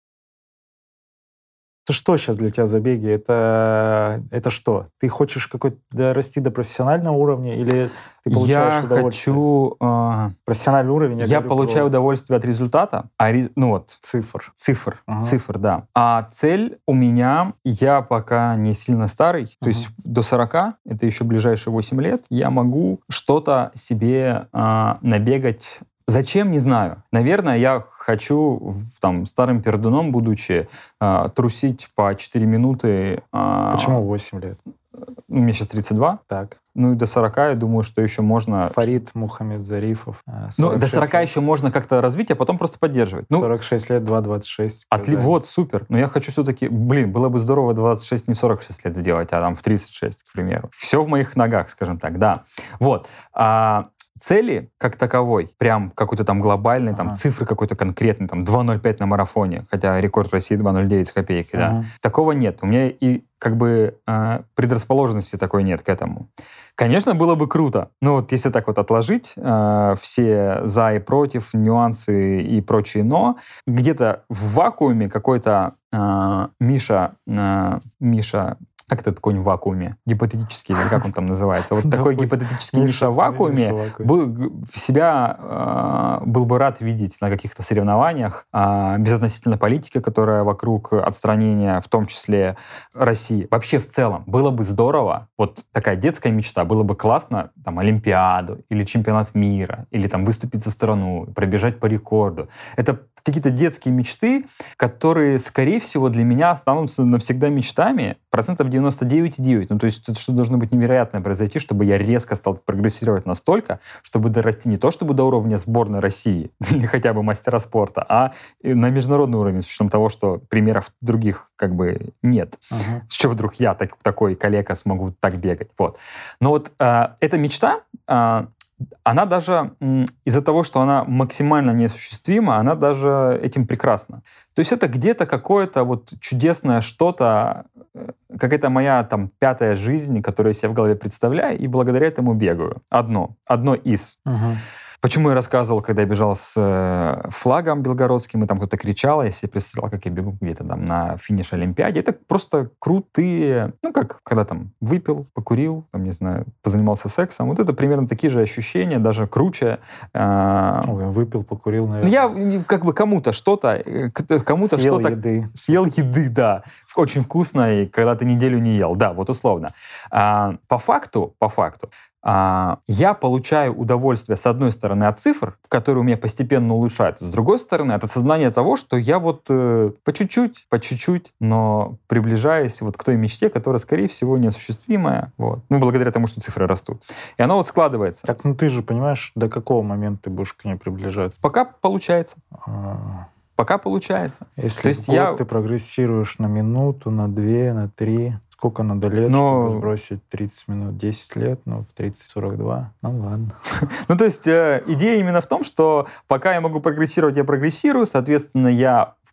Это что сейчас для тебя забеги? Это что? Ты хочешь расти до профессионального уровня или ты получаешь удовольствие? Я хочу... Профессиональный уровень, я получаю удовольствие от результата, цифр, да. А цель у меня, я пока не сильно старый, то есть до 40, это еще ближайшие 8 лет, я могу что-то себе набегать. Зачем, не знаю. Наверное, я хочу старым пердуном, будучи, трусить по 4 минуты. Почему 8 лет? Мне сейчас 32. Так. Ну и до 40, я думаю, что еще можно... Фарид Мухаммедзарифов. До 40 еще можно как-то развить, а потом просто поддерживать. 46 лет, 2,26. Вот, супер. Но я хочу все-таки... Было бы здорово 26, не 46 лет сделать, а там в 36, к примеру. Все в моих ногах, скажем так, да. Вот. Цели как таковой, прям какой-то там глобальный, там цифры какой-то конкретный, там 2.05 на марафоне, хотя рекорд в России 2.09 с копейкой, да. Такого нет. У меня и предрасположенности такой нет к этому. Конечно, было бы круто, но вот если так вот отложить все за и против, нюансы и прочие «но», где-то в вакууме какой-то Миша, как этот конь в вакууме? Гипотетический, или как он там называется? Вот такой гипотетический Миша в вакууме был бы рад видеть на каких-то соревнованиях, безотносительно политики, которая вокруг отстранения, в том числе России. Вообще в целом было бы здорово, вот такая детская мечта, было бы классно там Олимпиаду или чемпионат мира, или там выступить за страну, пробежать по рекорду. Это какие-то детские мечты, которые, скорее всего, для меня останутся навсегда мечтами, 99,9%. Ну, то есть это что должно быть невероятное произойти, чтобы я резко стал прогрессировать настолько, чтобы дорасти не то чтобы до уровня сборной России или хотя бы мастера спорта, а на международный уровень, с учетом того, что примеров других нет. С чего вдруг я такой калека смогу так бегать? Вот. Но вот эта мечта... она даже из-за того, что она максимально неосуществима, она даже этим прекрасна. То есть это где-то какое-то вот чудесное что-то, какая-то моя там 5-я жизнь, которую я себе в голове представляю, и благодаря этому бегаю. Одно из. Почему я рассказывал, когда я бежал с флагом белгородским, и там кто-то кричал, я себе представлял, как я бегу где-то там на финише Олимпиады. Это просто крутые, как когда там выпил, покурил, там, не знаю, позанимался сексом. Вот это примерно такие же ощущения, даже круче. Выпил, покурил, наверное. Я кому-то что-то... Съел еды, да. Очень вкусно, и когда ты неделю не ел. Да, вот условно. По факту, я получаю удовольствие, с одной стороны, от цифр, которые у меня постепенно улучшаются, с другой стороны, от осознания того, что я вот по чуть-чуть, но приближаюсь вот к той мечте, которая, скорее всего, неосуществимая. Вот. благодаря тому, что цифры растут. И оно вот складывается. Так, ты же понимаешь, до какого момента ты будешь к ней приближаться? Пока получается. Пока получается. Если в год ты прогрессируешь на минуту, на 2, на 3... Сколько надо лет, чтобы сбросить 30 минут? 10 лет, в 30-42. Ладно. То есть идея именно в том, что пока я могу прогрессировать, я прогрессирую, соответственно, я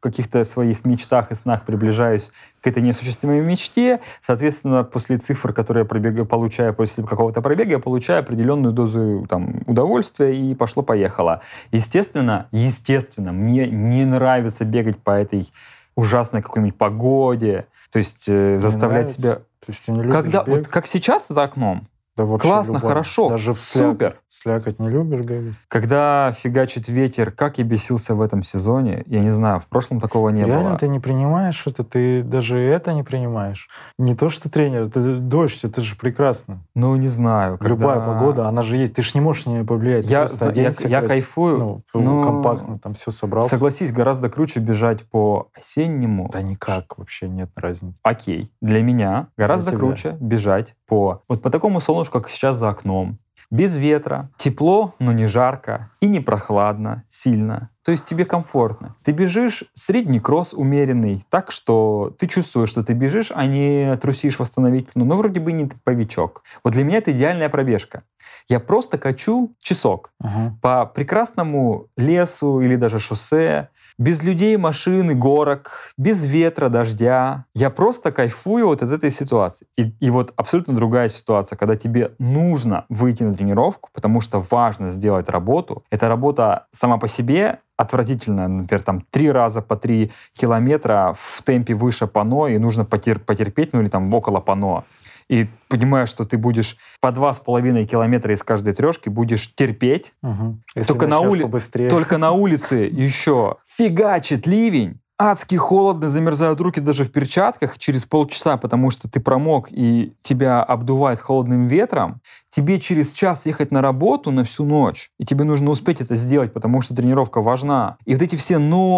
каких-то своих мечтах и снах приближаюсь к этой неосуществимой мечте. Соответственно, после цифр, которые я получаю после какого-то пробега, я получаю определенную дозу там, удовольствия, и пошло-поехало. Естественно, мне не нравится бегать по этой ужасной какой-нибудь погоде, то есть заставлять себя... То есть ты не любишь бегать? Вот как сейчас за окном, да вообще классно, любой. хорошо, даже супер. Слякоть не любишь бегать? Когда фигачит ветер, как я бесился в этом сезоне, я не знаю, в прошлом такого не было. Реально ты не принимаешь это? Ты даже это не принимаешь? Не то, что тренер, это дождь, это же прекрасно. Ну, не знаю. Любая погода, она же есть, ты же не можешь на нее повлиять. Я кайфую. Компактно там все собрал. Согласись, гораздо круче бежать по осеннему. Да никак, вообще нет разницы. Окей. Для меня гораздо круче бежать по такому солнышку, как сейчас за окном. Без ветра, тепло, но не жарко и не прохладно сильно. То есть тебе комфортно. Ты бежишь средний кросс умеренный, так что ты чувствуешь, что ты бежишь, а не трусишь восстановительно, но вроде бы не темповичок. Вот для меня это идеальная пробежка. Я просто качу часок по прекрасному лесу или даже шоссе, без людей, машин и горок, без ветра, дождя. Я просто кайфую вот от этой ситуации. И вот абсолютно другая ситуация, когда тебе нужно выйти на тренировку, потому что важно сделать работу. Эта работа сама по себе отвратительная. Например, там 3 раза по 3 километра в темпе выше пано, и нужно потерпеть, ну или там около пано. И понимаешь, что ты будешь по 2,5 километра из каждой трешки будешь терпеть. Только на улице еще фигачит ливень, адски холодно, замерзают руки даже в перчатках через полчаса, потому что ты промок и тебя обдувает холодным ветром. Тебе через час ехать на работу на всю ночь, и тебе нужно успеть это сделать, потому что тренировка важна. И вот эти все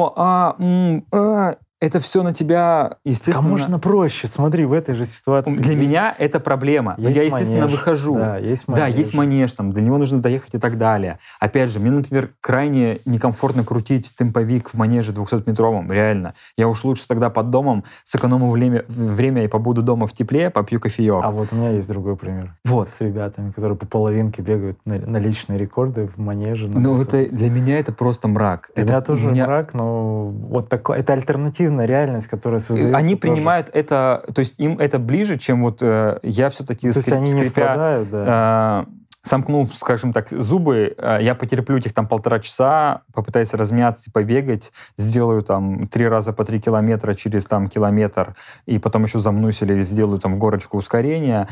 это все на тебя, естественно... А можно проще? Смотри, в этой же ситуации... Для меня это проблема. Но я, естественно, выхожу. Да, есть манеж. Да, есть манеж, там, до него нужно доехать и так далее. Опять же, мне, например, крайне некомфортно крутить темповик в манеже 200-метровом, реально. Я уж лучше тогда под домом сэкономлю время и побуду дома в тепле, попью кофеек. А вот у меня есть другой пример. Вот. С ребятами, которые по половинке бегают на личные рекорды в манеже. Ну, для меня это просто мрак. Для меня тоже мрак, но вот такой, это альтернативная реальность, которая создается. Они принимают это, то есть им это ближе, чем вот я все-таки не страдают, да. Сомкнув, скажем так, зубы, я потерплю этих там 1,5 часа, попытаюсь размяться и побегать, сделаю там 3 раза по 3 километра через там километр, и потом еще замнусь или сделаю там в горочку ускорения,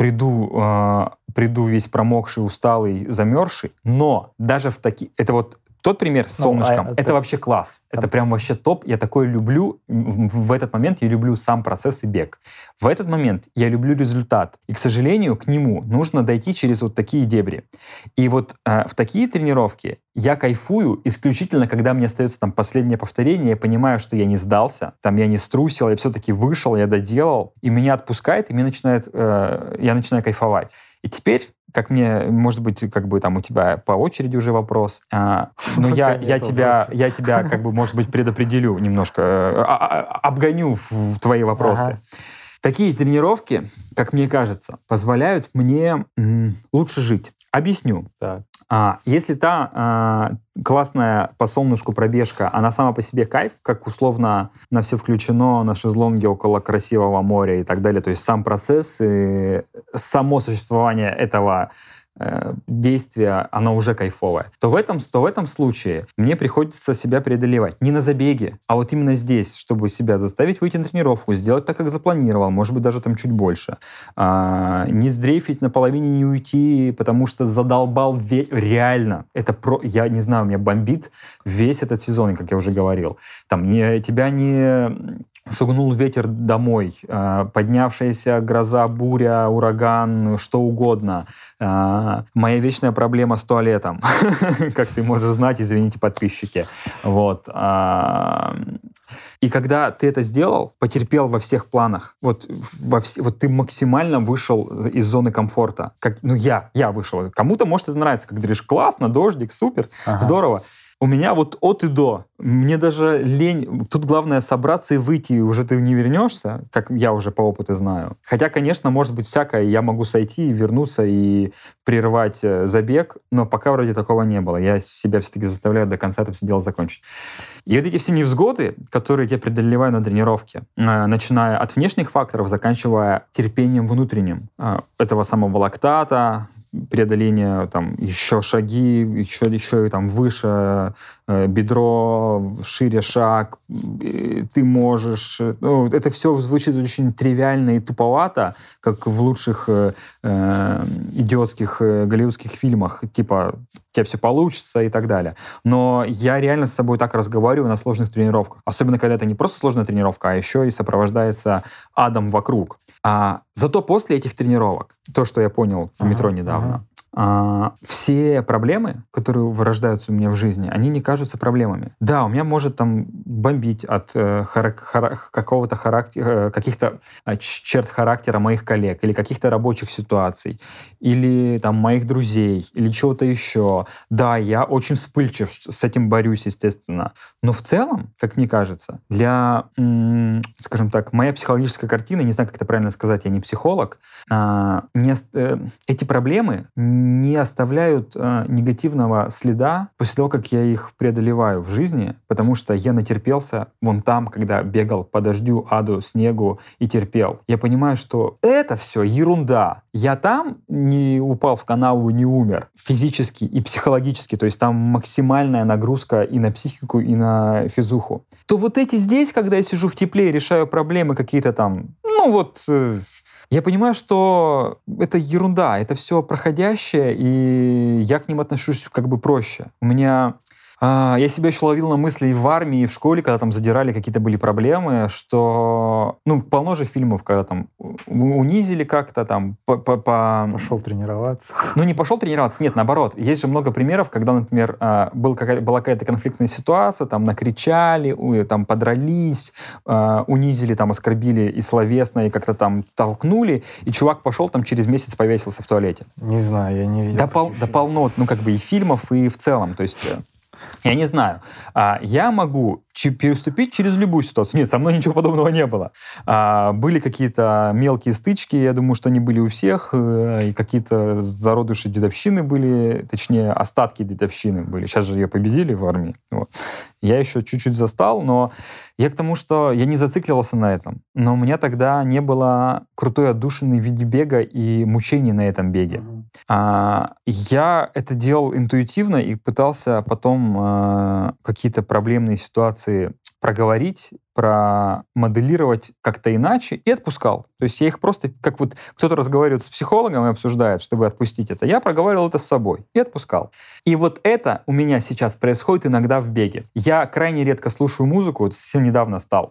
приду весь промокший, усталый, замерзший, но даже в такие... Это вот тот пример с солнышком, это вообще класс. Это прям вообще топ. Я такое люблю. В этот момент я люблю сам процесс и бег. В этот момент я люблю результат. И, к сожалению, к нему нужно дойти через вот такие дебри. И вот в такие тренировки я кайфую исключительно, когда мне остается там последнее повторение, я понимаю, что я не сдался, там я не струсил, я все-таки вышел, я доделал, и меня отпускает, и я начинаю кайфовать. И теперь, как мне, может быть, как бы там у тебя по очереди уже вопрос, но я тебя как бы, может быть, предопределю немножко, обгоню в твои вопросы. Такие тренировки, как мне кажется, позволяют мне лучше жить. Объясню. Так. Если та классная по солнышку пробежка, она сама по себе кайф, как условно на все включено, на шезлонге около красивого моря и так далее, то есть сам процесс и само существование этого действие, оно уже кайфовое, то в этом случае мне приходится себя преодолевать. Не на забеге, а вот именно здесь, чтобы себя заставить выйти на тренировку, сделать так, как запланировал, может быть, даже там чуть больше. Не сдрейфить наполовине, не уйти, потому что задолбал реально. Я не знаю, меня бомбит весь этот сезон, как я уже говорил. Там тебя не... шугнул ветер домой, поднявшаяся гроза, буря, ураган, что угодно. Моя вечная проблема с туалетом, как ты можешь знать, извините, подписчики. Вот. И когда ты это сделал, потерпел во всех планах, вот ты максимально вышел из зоны комфорта. Я вышел. Кому-то может это нравится, как ты говоришь, классно, дождик, супер, здорово. у меня вот от и до. Мне даже лень. Тут главное собраться и выйти, и уже ты не вернешься, как я уже по опыту знаю. Хотя, конечно, может быть всякое. Я могу сойти и вернуться, и прервать забег, но пока вроде такого не было. Я себя все-таки заставляю до конца это все дело закончить. И вот эти все невзгоды, которые я преодолеваю на тренировке, начиная от внешних факторов, заканчивая терпением внутренним, этого самого лактата, преодоление, там, еще шаги, еще и там выше бедро, шире шаг, ты можешь. Ну, это все звучит очень тривиально и туповато, как в лучших идиотских голливудских фильмах, типа у тебя все получится и так далее. Но я реально с собой так разговариваю на сложных тренировках. Особенно, когда это не просто сложная тренировка, а еще и сопровождается адом вокруг. Зато после этих тренировок, то, что я понял в метро недавно, все проблемы, которые вырождаются у меня в жизни, они не кажутся проблемами. Да, у меня может там бомбить от какого-то характера, каких-то черт характера моих коллег, или каких-то рабочих ситуаций, или там моих друзей, или чего-то еще. Да, я очень вспыльчив, с этим борюсь, естественно. Но в целом, как мне кажется, для, скажем так, моя психологическая картина, не знаю, как это правильно сказать, я не психолог, эти проблемы не оставляют негативного следа после того, как я их преодолеваю в жизни, потому что я натерпелся вон там, когда бегал по дождю, аду, снегу и терпел. Я понимаю, что это все ерунда. Я там не упал в канаву, не умер физически и психологически, то есть там максимальная нагрузка и на психику, и на физуху. То вот эти здесь, когда я сижу в тепле и решаю проблемы какие-то там, я понимаю, что это ерунда, это все проходящее, и я к ним отношусь как бы проще. У меня... Я себя еще ловил на мысли и в армии, и в школе, когда там задирали, какие-то были проблемы, что... полно же фильмов, когда там унизили как-то там... Пошел тренироваться. Не пошел тренироваться, нет, наоборот. Есть же много примеров, когда, например, была какая-то конфликтная ситуация, там накричали, там подрались, унизили, там оскорбили и словесно, и как-то там толкнули, и чувак пошел там через месяц повесился в туалете. Не знаю, я не видел. Да полно, и фильмов, и в целом, то есть... Я не знаю. Я могу переступить через любую ситуацию. Нет, со мной ничего подобного не было. Были какие-то мелкие стычки, я думаю, что они были у всех, и какие-то зародыши дедовщины были, точнее, остатки дедовщины были. Сейчас же ее победили в армии. Вот. Я еще чуть-чуть застал, но я к тому, что я не зацикливался на этом. Но у меня тогда не было крутой отдушины в виде бега и мучений на этом беге. Я это делал интуитивно и пытался потом какие-то проблемные ситуации проговорить, промоделировать как-то иначе и отпускал. То есть я их просто, как вот кто-то разговаривает с психологом и обсуждает, чтобы отпустить это, я проговаривал это с собой и отпускал. И вот это у меня сейчас происходит иногда в беге. Я крайне редко слушаю музыку, совсем недавно стал.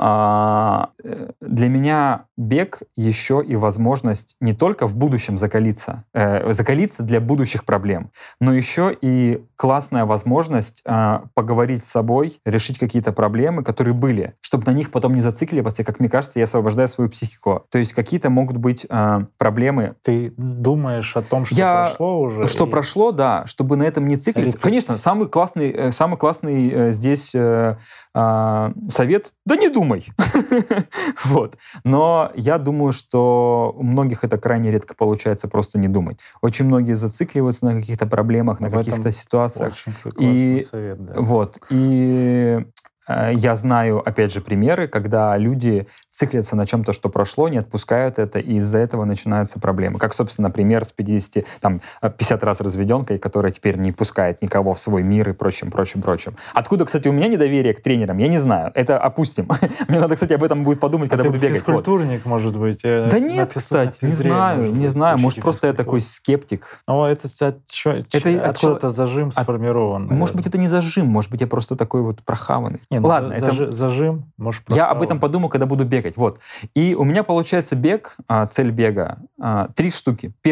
Для меня бег еще и возможность не только в будущем закалиться для будущих проблем, но еще и классная возможность поговорить с собой, решить какие-то проблемы, которые были, чтобы на них потом не зацикливаться. Как мне кажется, я освобождаю свою психику. То есть какие-то могут быть проблемы. Ты думаешь о том, что прошло уже? Что прошло, да, чтобы на этом не циклиться. Конечно, самый классный здесь совет — да не думай. Вот. Но я думаю, что у многих это крайне редко получается просто не думать. Очень многие зацикливаются на каких-то проблемах, на каких-то ситуациях. Очень классный совет, да. Вот. И я знаю, опять же, примеры, когда люди циклятся на чем-то, что прошло, не отпускают это, и из-за этого начинаются проблемы. Как, собственно, например, с 50 раз разведенкой, которая теперь не пускает никого в свой мир и прочим. Откуда, кстати, у меня недоверие к тренерам, я не знаю. Это опустим. Мне надо, кстати, об этом будет подумать, когда буду бегать. Физкультурник, может быть? Да нет, кстати, не знаю. Может, просто я такой скептик. Это откуда-то зажим сформирован. Может быть, это не зажим, может быть, я просто такой вот прохаванный. Ладно, зажим, может, я об этом подумаю, когда буду бегать. Вот. И у меня получается бег, цель бега, 3 штуки. Первое.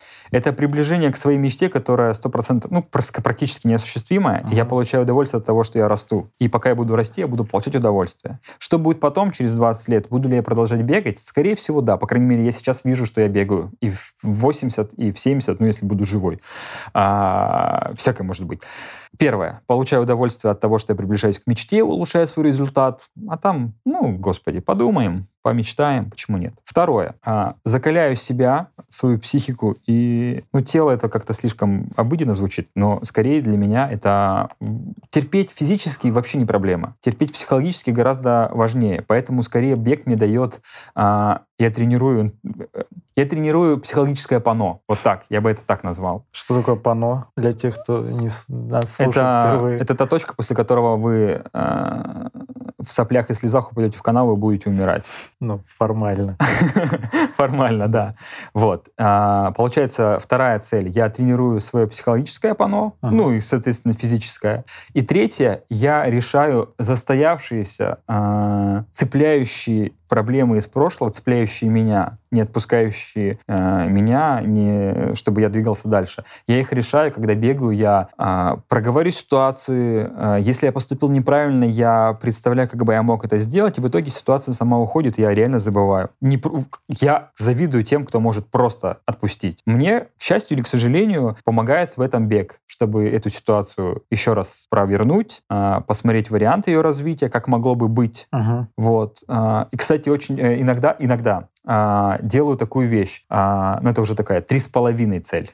Это приближение к своей мечте, которая 100%, практически неосуществимая. И я получаю удовольствие от того, что я расту. И пока я буду расти, я буду получать удовольствие. Что будет потом, через 20 лет? Буду ли я продолжать бегать? Скорее всего, да. По крайней мере, я сейчас вижу, что я бегаю. И в 80, и в 70, если буду живой. Всякое может быть. Первое. Получаю удовольствие от того, что я приближаюсь к мечте, улучшаю свой результат. А там, господи, подумаем, помечтаем, почему нет. Второе. Закаляю себя, свою психику. И, тело это как-то слишком обыденно звучит, но скорее для меня это терпеть физически вообще не проблема. Терпеть психологически гораздо важнее. Поэтому скорее бег мне дает... Я тренирую психологическое пано. Вот так, я бы это так назвал. Что такое пано для тех, кто нас слушает впервые? Это та точка, после которого вы в соплях и слезах упадете в канаву и будете умирать. Формально. Формально, да. Вот. Получается, вторая цель. Я тренирую свое психологическое пано, и, соответственно, физическое. И третье. Я решаю застоявшиеся, цепляющие проблемы из прошлого, цепляющие меня, не отпускающие меня, чтобы я двигался дальше. Я их решаю, когда бегаю, я проговорю ситуации. Если я поступил неправильно, я представляю, как бы я мог это сделать, и в итоге ситуация сама уходит, и я реально забываю. Я завидую тем, кто может просто отпустить. Мне, к счастью или к сожалению, помогает в этом бег, чтобы эту ситуацию еще раз провернуть, посмотреть варианты ее развития, как могло бы быть. Вот. И, кстати, очень иногда делаю такую вещь. Это уже такая 3,5 цель.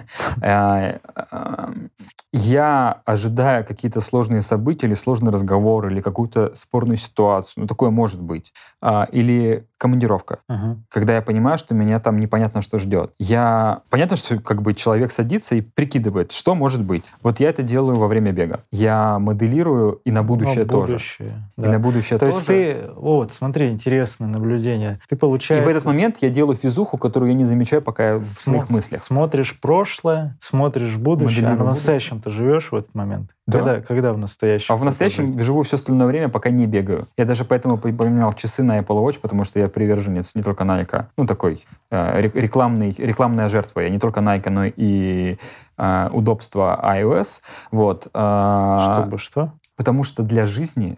Я ожидаю какие-то сложные события или сложный разговор, или какую-то спорную ситуацию. Такое может быть. Или командировка. Когда я понимаю, что меня там непонятно, что ждет. Понятно, что человек садится и прикидывает, что может быть. Вот я это делаю во время бега. Я моделирую и на будущее тоже. Да. И на будущее То тоже. есть смотри, интересное наблюдение. Ты получается... И в этот момент я делаю физуху, которую я не замечаю, пока я в своих мыслях. Смотришь прошлое, смотришь будущее, а в настоящем ты живешь в этот момент? Да. Когда в настоящем? А в настоящем живу все остальное время, пока не бегаю. Я даже поэтому поменял часы на Apple Watch, потому что я приверженец не только Nike, такой рекламная жертва. Я не только Nike, но и удобства iOS. Вот. Чтобы что? Потому что для жизни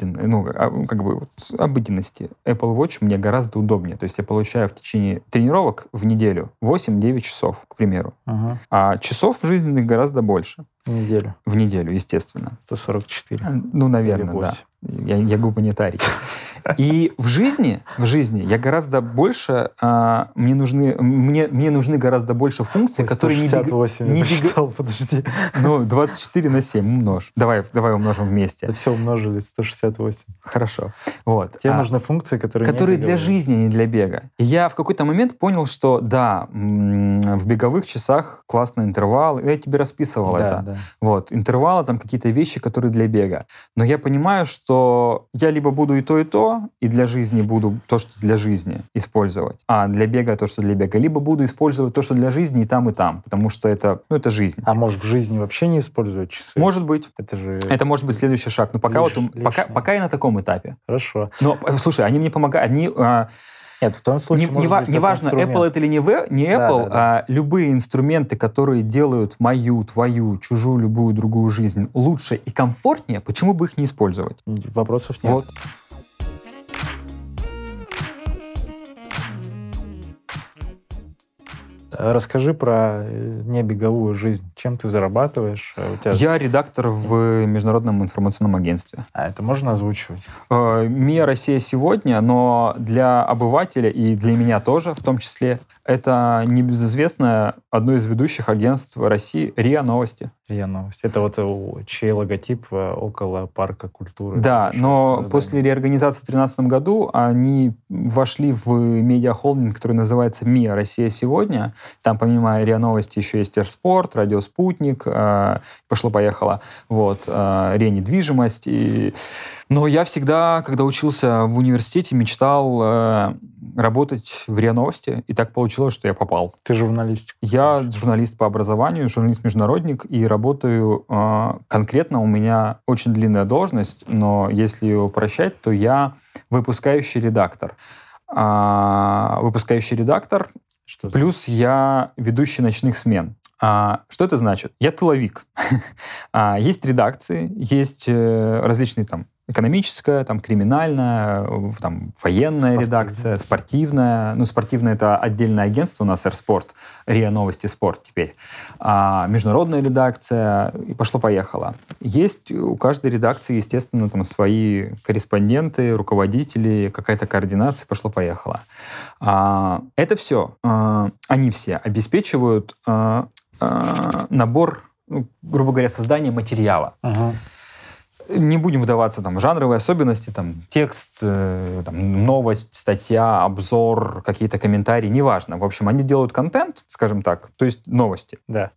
обыденности Apple Watch мне гораздо удобнее. То есть я получаю в течение тренировок в неделю 8-9 часов, к примеру. А часов жизненных гораздо больше. В неделю, естественно. 144. Наверное, да. Я гуманитарий. И в жизни я гораздо больше, мне нужны гораздо больше функций, которые не бегают. Подожди. 24 на 7 умножь. Давай умножим вместе. Да все умножили, 168. Хорошо. Вот. Тебе нужны функции, которые для жизни, а не для бега. И я в какой-то момент понял, что да, в беговых часах классный интервал. Я тебе расписывал это. Да. Вот. Интервалы, там какие-то вещи, которые для бега. Но я понимаю, что я либо буду и то, и для жизни буду то, что для жизни использовать, а для бега то, что для бега. Либо буду использовать то, что для жизни и там, потому что это жизнь. А может, в жизни вообще не использовать часы? Может быть. Это может быть следующий шаг. Но пока я на таком этапе. Хорошо. Но, слушай, они мне помогают. Нет, в том случае неважно, Apple это или не Apple, да. Любые инструменты, которые делают мою, твою, чужую, любую другую жизнь лучше и комфортнее, почему бы их не использовать? Вопросов нет. Вот. Расскажи про небеговую жизнь. Чем ты зарабатываешь? Я редактор в Международном информационном агентстве. Это можно озвучивать? МИА «Россия сегодня», но для обывателя и для меня тоже, в том числе, это небезызвестное одно из ведущих агентств России РИА Новости. РИА Новости. Это чей логотип около парка культуры. Да, но после реорганизации в 2013 году они вошли в медиахолдинг, который называется МИА «Россия сегодня». Там помимо РИА Новости еще есть Эрспорт, Радио Спутник, пошло-поехало, РИА Недвижимость. Но я всегда, когда учился в университете, мечтал работать в РИА Новости, и так получилось, что я попал. Ты журналист? Я журналист по образованию, журналист-международник, и работаю конкретно, у меня очень длинная должность, но если ее упрощать, то я выпускающий редактор. Выпускающий редактор Что Плюс я ведущий ночных смен. Что это значит? Я тыловик. Есть редакции, есть различные там экономическая, там, криминальная, там, военная редакция, спортивная. Ну, спортивная — это отдельное агентство у нас, Эрспорт, РИА Новости Спорт теперь. Международная редакция, и пошло-поехало. Есть у каждой редакции, естественно, там свои корреспонденты, руководители, какая-то координация, пошло-поехало. Это все, они все обеспечивают набор, грубо говоря, создания материала. Не будем вдаваться там, в жанровые особенности, там, текст, там, новость, статья, обзор, какие-то комментарии, неважно. В общем, они делают контент, скажем так, то есть новости. Да.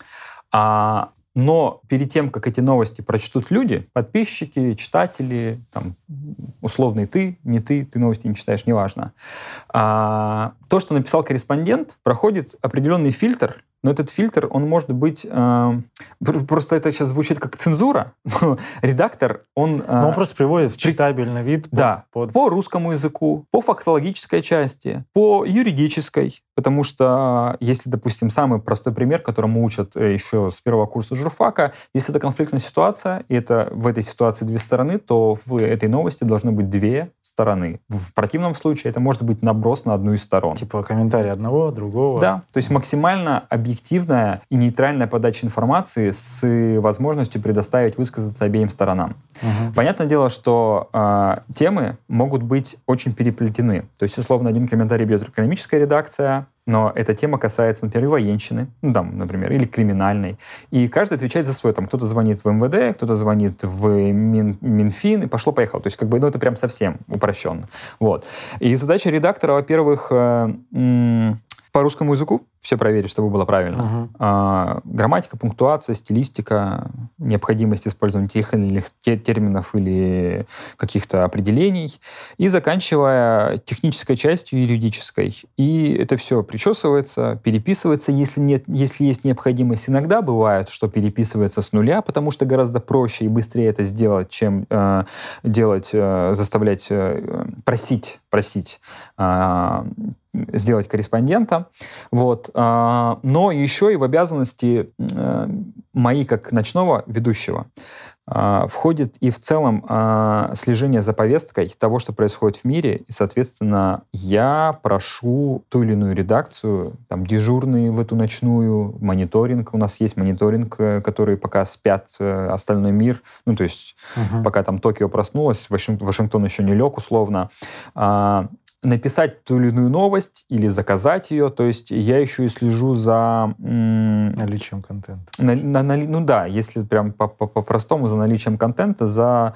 Но перед тем, как эти новости прочтут люди, подписчики, читатели, там, условный ты, не ты новости не читаешь, неважно. То, что написал корреспондент, проходит определенный фильтр, но этот фильтр, он может быть... просто это сейчас звучит как цензура, но редактор, он... он просто приводит в читабельный вид. Да, по русскому языку, по фактологической части, по юридической, потому что, если, допустим, самый простой пример, которому учат еще с первого курса журфака, если это конфликтная ситуация, и это в этой ситуации две стороны, то в этой новости должны быть две стороны. В противном случае это может быть наброс на одну из сторон. Типа комментарий одного, другого. Да, то есть максимально объективная и нейтральная подача информации с возможностью предоставить высказаться обеим сторонам. Понятное дело, что темы могут быть очень переплетены. То есть, условно, один комментарий бьет экономическая редакция, но эта тема касается, например, и военщины, ну, там, например, или криминальной. И каждый отвечает за свой. Там, кто-то звонит в МВД, кто-то звонит в Минфин, и пошло-поехало. То есть, как бы, ну, это прям совсем упрощенно. Вот. И задача редактора, во-первых, по русскому языку все проверить, чтобы было правильно. Грамматика, пунктуация, стилистика, необходимость использования тех или иных терминов или каких-то определений. И заканчивая технической частью юридической. И это все причесывается, переписывается, если есть необходимость. Иногда бывает, что переписывается с нуля, потому что гораздо проще и быстрее это сделать, чем заставлять, просить сделать корреспондента. Вот. Но еще и в обязанности мои, как ночного ведущего, входит и в целом слежение за повесткой того, что происходит в мире. И, соответственно, я прошу ту или иную редакцию, там, дежурные в эту ночную, мониторинг. У нас есть мониторинг, который пока спят остальной мир. Ну, то есть, пока там Токио проснулось, Вашингтон еще не лег, условно. Написать ту или иную новость или заказать ее. То есть я еще и слежу за... наличием контента. Ну да, если прям по-простому, за наличием контента, за...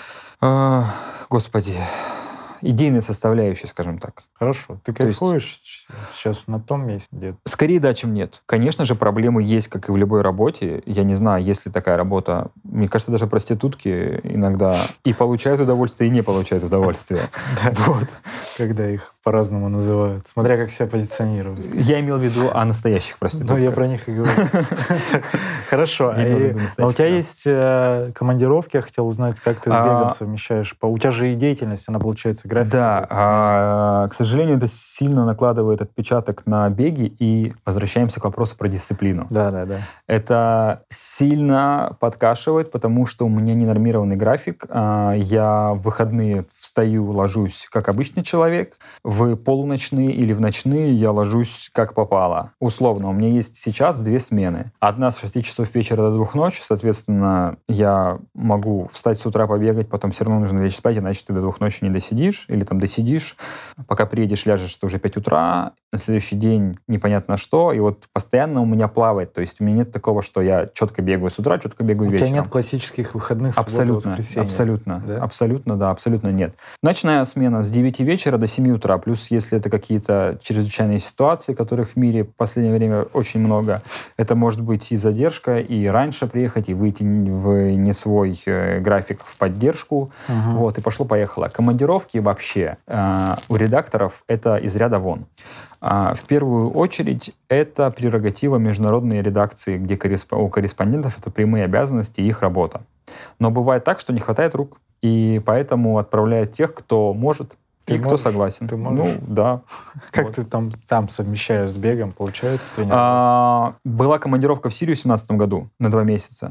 идейной составляющей, скажем так. Хорошо. Ты кайфуешь сейчас на том месте где-то? Скорее да, чем нет. Конечно же, проблемы есть, как и в любой работе. Я не знаю, есть ли такая работа. Мне кажется, даже проститутки иногда и получают удовольствие, и не получают удовольствие. Вот. Когда их по-разному называют. Смотря как себя позиционируют. Я имел в виду о настоящих проститутках. Ну, я про них и говорю. Хорошо. Но у тебя есть командировки, я хотел узнать, как ты с бегом совмещаешь. У тебя же и деятельность, она получается график. Да, к сожалению, это сильно накладывает отпечаток на беги, и возвращаемся к вопросу про дисциплину. Да. Это сильно подкашивает, потому что у меня ненормированный график. Я в выходные встаю, ложусь как обычный человек. В полуночные или в ночные я ложусь как попало. Условно, у меня есть сейчас 2 смены. Одна с 6 часов вечера до 2 ночи, соответственно, я могу встать с утра побегать, потом все равно нужно лечь спать, иначе ты до 2 ночи не досидишь, или там досидишь. Пока приедешь, ляжешь, это уже 5 утра. На следующий день непонятно что, и вот постоянно у меня плавает. То есть у меня нет такого, что я четко бегаю с утра, четко бегаю вечером. У тебя нет классических выходных в субботу, воскресенье? Абсолютно нет. Ночная смена с 9 вечера до 7 утра, плюс если это какие-то чрезвычайные ситуации, которых в мире в последнее время очень много, это может быть и задержка, и раньше приехать, и выйти в не свой график в поддержку. Вот, и пошло-поехало. Командировки вообще у редакторов это из ряда вон. В первую очередь, это прерогатива международной редакции, где у корреспондентов это прямые обязанности и их работа. Но бывает так, что не хватает рук, и поэтому отправляют тех, кто может. И кто согласен? Ты можешь? Ну, да. Как Вот. ты там совмещаешь с бегом, получается, тренироваться? Была командировка в Сирию в 2017 году на 2 месяца.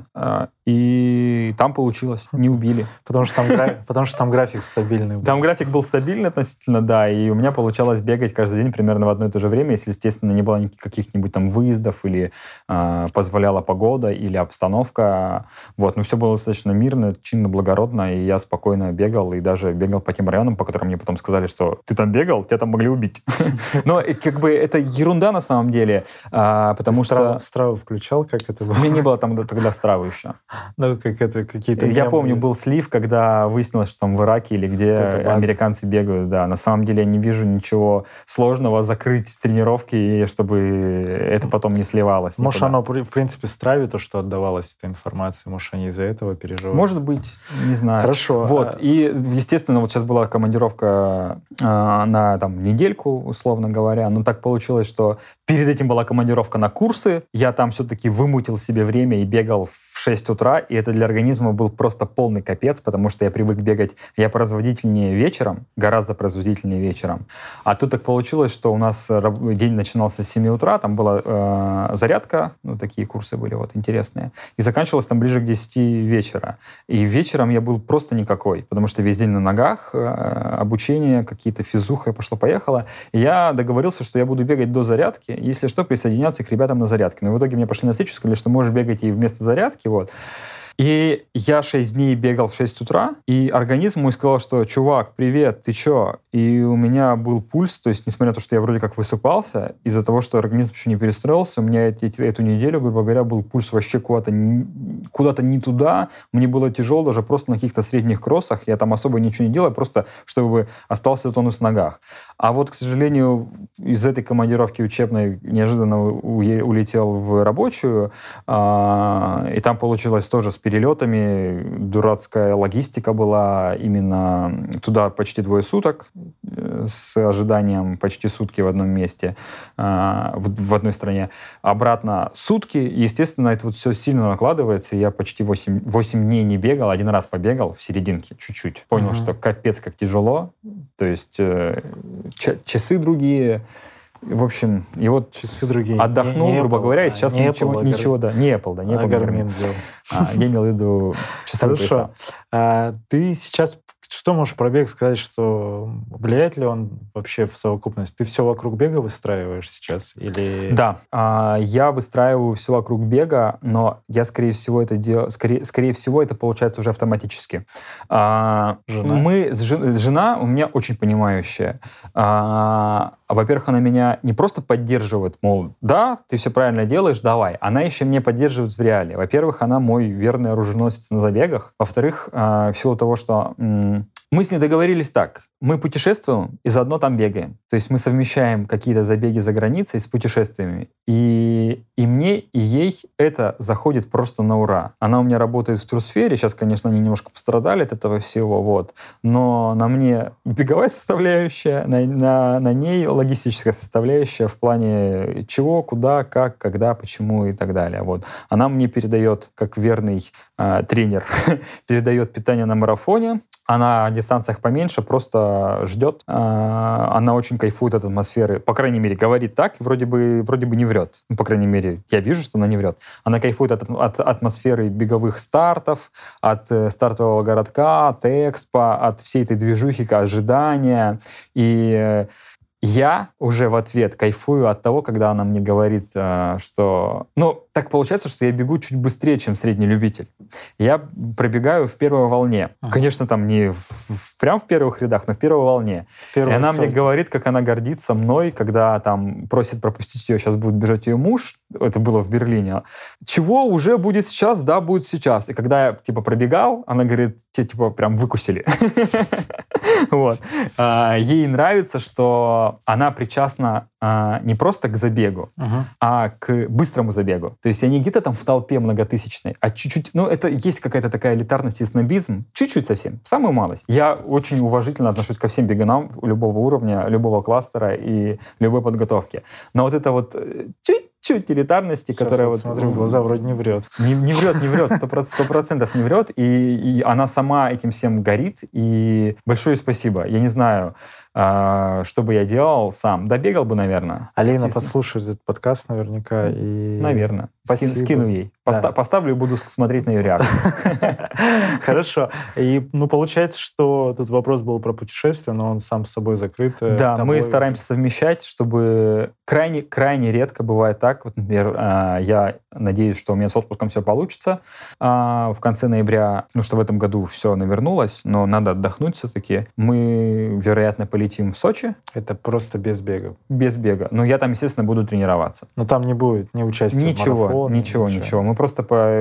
И там получилось. Не убили. Потому что там график стабильный был. Там график был стабильный относительно, да, и у меня получалось бегать каждый день примерно в одно и то же время, если, естественно, не было каких-нибудь там выездов или позволяла погода или обстановка. Вот, но все было достаточно мирно, чинно, благородно, и я спокойно бегал, и даже бегал по тем районам, по которым мне потом сказали, что ты там бегал, тебя там могли убить. Но как бы это ерунда на самом деле, потому что... Страву включал, как это было? У меня не было там тогда Стравы еще. Ну, как это, какие-то... Я помню, был слив, когда выяснилось, что там в Ираке или где американцы бегают, да. На самом деле я не вижу ничего сложного закрыть тренировки, и чтобы это потом не сливалось. Может, оно, в принципе, Страве, то, что отдавалась эта информация, может, они из-за этого переживают? Может быть, не знаю. Хорошо. Вот, и, естественно, вот сейчас была командировка на там недельку, условно говоря, но так получилось, что перед этим была командировка на курсы, я там все-таки вымутил себе время и бегал в 6 утра, и это для организма был просто полный капец, потому что я привык бегать, я производительнее вечером, гораздо производительнее вечером. А тут так получилось, что у нас день начинался с 7 утра, там была зарядка, ну, такие курсы были вот интересные, и заканчивалось там ближе к 10 вечера. И вечером я был просто никакой, потому что весь день на ногах, обучение, какие-то физуха, пошло-поехало. И я договорился, что я буду бегать до зарядки, если что, присоединяться к ребятам на зарядке. Но в итоге мне пошли навстречу, сказали, что можешь бегать и вместо зарядки, вот. И я 6 дней бегал в 6 утра, и организм мой сказал, что «Чувак, привет, ты чё?» И у меня был пульс, то есть, несмотря на то, что я вроде как высыпался, из-за того, что организм еще не перестроился, у меня эту неделю, грубо говоря, был пульс вообще куда-то не туда, мне было тяжело даже просто на каких-то средних кроссах, я там особо ничего не делал, просто чтобы остался тонус в ногах. А вот, к сожалению, из этой командировки учебной неожиданно улетел в рабочую, и там получилось тоже с перелетами, дурацкая логистика была, именно туда почти 2 суток, с ожиданием почти сутки в одном месте, в одной стране, обратно сутки, и, естественно, это вот все сильно накладывается, и я почти 8 дней не бегал, 1 раз побегал в серединке, чуть-чуть, понял, что капец как тяжело, то есть часы другие. В общем, и вот часы другие. Отдохнул, не грубо Apple, говоря, и сейчас не ничего, да. Не Apple, да, не Apple. Garmin делал. Я имел в виду часовые пояса. Ты сейчас что можешь про бег сказать, что влияет ли он вообще в совокупность? Ты все вокруг бега выстраиваешь сейчас? Или... Да, я выстраиваю все вокруг бега, но я, скорее всего, это делаю, скорее всего, это получается уже автоматически. Жена у меня очень понимающая. Во-первых, она меня не просто поддерживает, мол, да, ты все правильно делаешь, давай. Она еще меня поддерживает в реале. Во-первых, она мой верный оруженосец на забегах. Во-вторых, в силу того, что мы с ней договорились так. Мы путешествуем и заодно там бегаем. То есть мы совмещаем какие-то забеги за границей с путешествиями. И мне, и ей это заходит просто на ура. Она у меня работает в турсфере. Сейчас, конечно, они немножко пострадали от этого всего. Вот. Но на мне беговая составляющая, на ней логистическая составляющая в плане чего, куда, как, когда, почему и так далее. Вот. Она мне передает, как верный тренер, передает питание на марафоне. Она на дистанциях поменьше, просто ждет. Она очень кайфует от атмосферы. По крайней мере, говорит так, и вроде бы не врет. Ну, по крайней мере, я вижу, что она не врет. Она кайфует от атмосферы беговых стартов, от стартового городка, от экспо, от всей этой движухи, ожидания. И я уже в ответ кайфую от того, когда она мне говорит, что... Ну, так получается, что я бегу чуть быстрее, чем средний любитель. Я пробегаю в первой волне. Конечно, там не прям в первых рядах, но в первой волне. И она мне говорит, как она гордится мной, когда там просит пропустить ее, сейчас будет бежать ее муж. Это было в Берлине. Чего уже будет сейчас? Да, будет сейчас. И когда я, пробегал, она говорит, тебя, прям выкусили. Вот. Ей нравится, что она причастна не просто к забегу, а к быстрому забегу. То есть я не где-то там в толпе многотысячной, а чуть-чуть, это есть какая-то такая элитарность и снобизм, чуть-чуть совсем, самую малость. Я очень уважительно отношусь ко всем бегунам любого уровня, любого кластера и любой подготовки. Но вот это вот чуть-чуть элитарности, сейчас которая вот... смотрю, в глаза вроде не врет. Не врет, 100% не врет, и она сама этим всем горит, и большое спасибо. Я не знаю, Что бы я делал сам? Да бегал бы, наверное. Алина послушает этот подкаст наверняка. И... Наверное. Скину ей. Поставлю и буду смотреть на ее реакцию. Хорошо. И, получается, что тут вопрос был про путешествие, но он сам с собой закрыт. Да, мы стараемся совмещать, чтобы крайне редко бывает так. Вот, например, я надеюсь, что у меня с отпуском все получится в конце ноября, потому что в этом году все навернулось, но надо отдохнуть все-таки. Мы, вероятно, полетим в Сочи. Это просто без бега? Без бега. Но я там, естественно, буду тренироваться. Но там не будет ни участия в марафоне? Ничего. Мы просто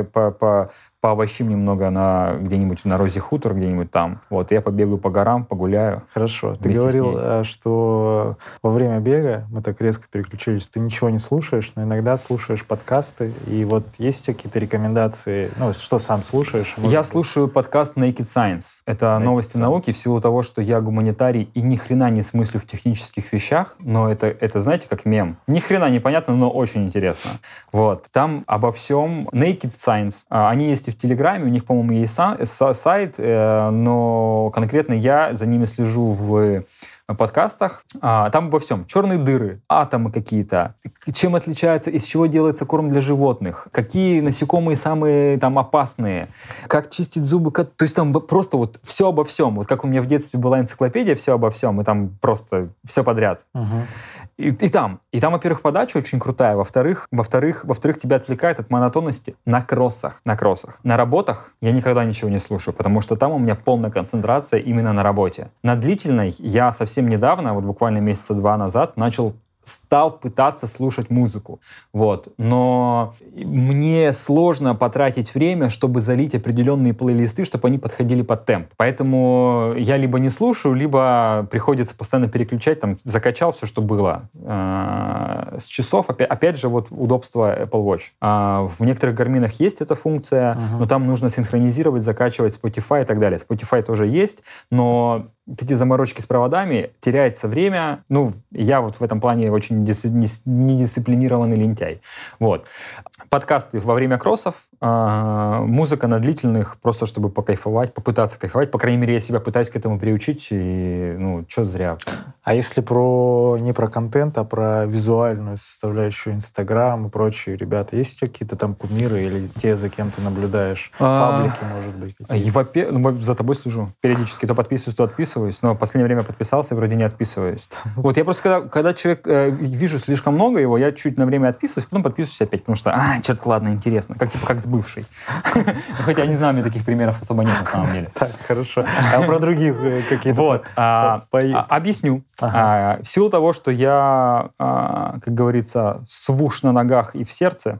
поовощим немного где-нибудь на Розе Хутор, где-нибудь там. Вот, я побегаю по горам, погуляю. Хорошо. Ты говорил, что во время бега, мы так резко переключились, ты ничего не слушаешь, но иногда слушаешь подкасты. И вот есть у тебя какие-то рекомендации, что сам слушаешь? Я слушаю подкаст Naked Science. Это новости науки, в силу того, что я гуманитарий и ни хрена не смыслю в технических вещах, но это знаете, как мем. Ни хрена непонятно, но очень интересно. Вот. Там обо всем Naked Science. Они есть и в Телеграме, у них, по-моему, есть сайт, но конкретно я за ними слежу в подкастах. Там обо всем. Черные дыры, атомы какие-то, чем отличаются, из чего делается корм для животных, какие насекомые самые там опасные, как чистить зубы. То есть там просто вот все обо всем. Вот как у меня в детстве была энциклопедия «Все обо всем», и там просто все подряд. И там, во-первых, подача очень крутая, во-вторых, тебя отвлекает от монотонности на кроссах. На работах я никогда ничего не слушаю, потому что там у меня полная концентрация именно на работе. На длительной я совсем недавно, вот буквально месяца 2 назад, стал пытаться слушать музыку. Вот. Но мне сложно потратить время, чтобы залить определенные плейлисты, чтобы они подходили под темп. Поэтому я либо не слушаю, либо приходится постоянно переключать, закачал все, что было. С часов, опять же, вот удобство Apple Watch. В некоторых гарминах есть эта функция, но там нужно синхронизировать, закачивать Spotify и так далее. Spotify тоже есть, но эти заморочки с проводами, теряется время. Я вот в этом плане очень недисциплинированный лентяй. Вот. Подкасты во время кроссов, музыка на длительных, просто чтобы покайфовать, попытаться кайфовать. По крайней мере, я себя пытаюсь к этому приучить, и, что зря. А если не про контент, а про визуальную составляющую, Инстаграм и прочие ребята, есть у тебя какие-то там кумиры или те, за кем ты наблюдаешь? Паблики, может быть, какие-то? За тобой слежу. Периодически то подписываюсь, то отписываюсь, но в последнее время подписался и вроде не отписываюсь. Вот я просто, когда человек, вижу слишком много его, я чуть на время отписываюсь, потом подписываюсь опять, потому что, что-то ладно, интересно, как с бывшей. Хотя я не знаю, у меня таких примеров особо нет на самом деле. Так, хорошо. А про других какие-то... Вот, объясню. В силу того, что я, как говорится, свуш на ногах и в сердце,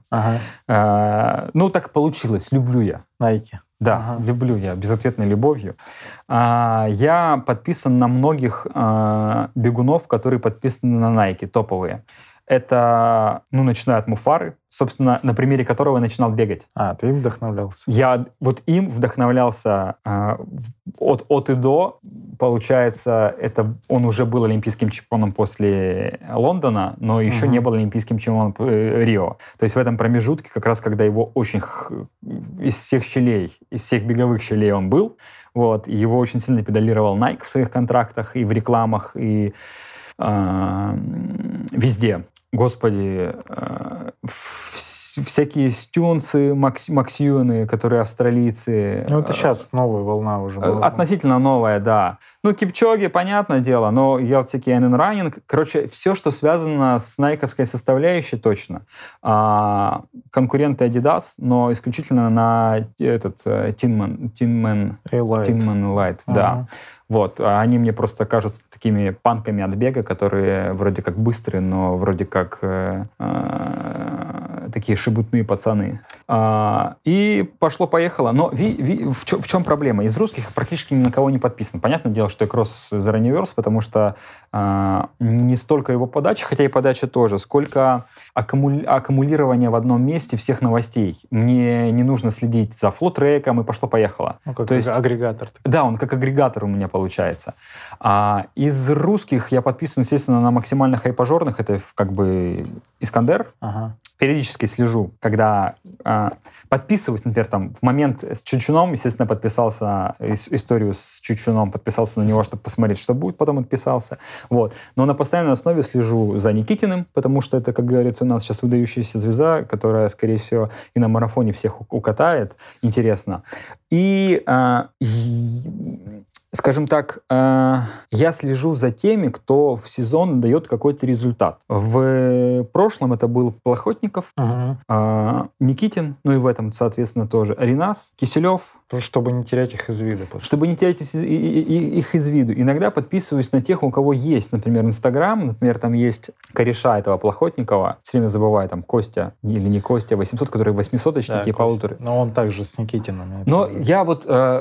так получилось, люблю я. Nike. Да, люблю я, безответной любовью. Я подписан на многих бегунов, которые подписаны на Nike, топовые. Это, начиная от Муфары, собственно, на примере которого я начинал бегать. Ты им вдохновлялся? Я вот им вдохновлялся от и до. Получается, он уже был олимпийским чемпионом после Лондона, но еще не был олимпийским чемпионом Рио. То есть в этом промежутке, как раз когда его очень из всех беговых щелей он был, вот, его очень сильно педалировал Nike в своих контрактах и в рекламах, и везде. Господи, всякие стюнсы, максюны, которые австралийцы. Это сейчас новая волна уже была. Относительно новая, да. Кипчоги, понятное дело, но всякие NN Running. Короче, все, что связано с найковской составляющей, точно. Конкуренты Adidas, но исключительно на Tinman Light, да. Вот. Они мне просто кажутся такими панками от бега, которые вроде как быстрые, но вроде как такие шебутные пацаны. И пошло-поехало. Но в чем проблема? Из русских практически ни на кого не подписан. Понятное дело, что я кросс заранее верс, потому что не столько его подача, хотя и подача тоже, сколько аккумулирование в одном месте всех новостей. Мне не нужно следить за флотреком, и пошло-поехало. Как агрегатор. Да, он как агрегатор у меня получается. Из русских я подписан, естественно, на максимально хайпажорных. Это как бы Искандер. периодически слежу, когда подписываюсь, например, там, в момент с Чучуном, естественно, подписался, историю с Чучуном, подписался на него, чтобы посмотреть, что будет, потом отписался. Вот. Но на постоянной основе слежу за Никитиным, потому что это, как говорится, у нас сейчас выдающаяся звезда, которая, скорее всего, и на марафоне всех укатает. Интересно. И, скажем так, я слежу за теми, кто в сезон дает какой-то результат. В прошлом это был Плохотников, Никитин, ну и в этом, соответственно, тоже Аринас, Киселев. Чтобы не терять их из виду. Чтобы не терять их из виду. Иногда подписываюсь на тех, у кого есть, например, Инстаграм, например, там есть кореша этого Плохотникова, все время забываю, там, Костя, или не Костя, 800, который 800-очники, да, и полуторы. Но он также с Никитиным. Но я вот...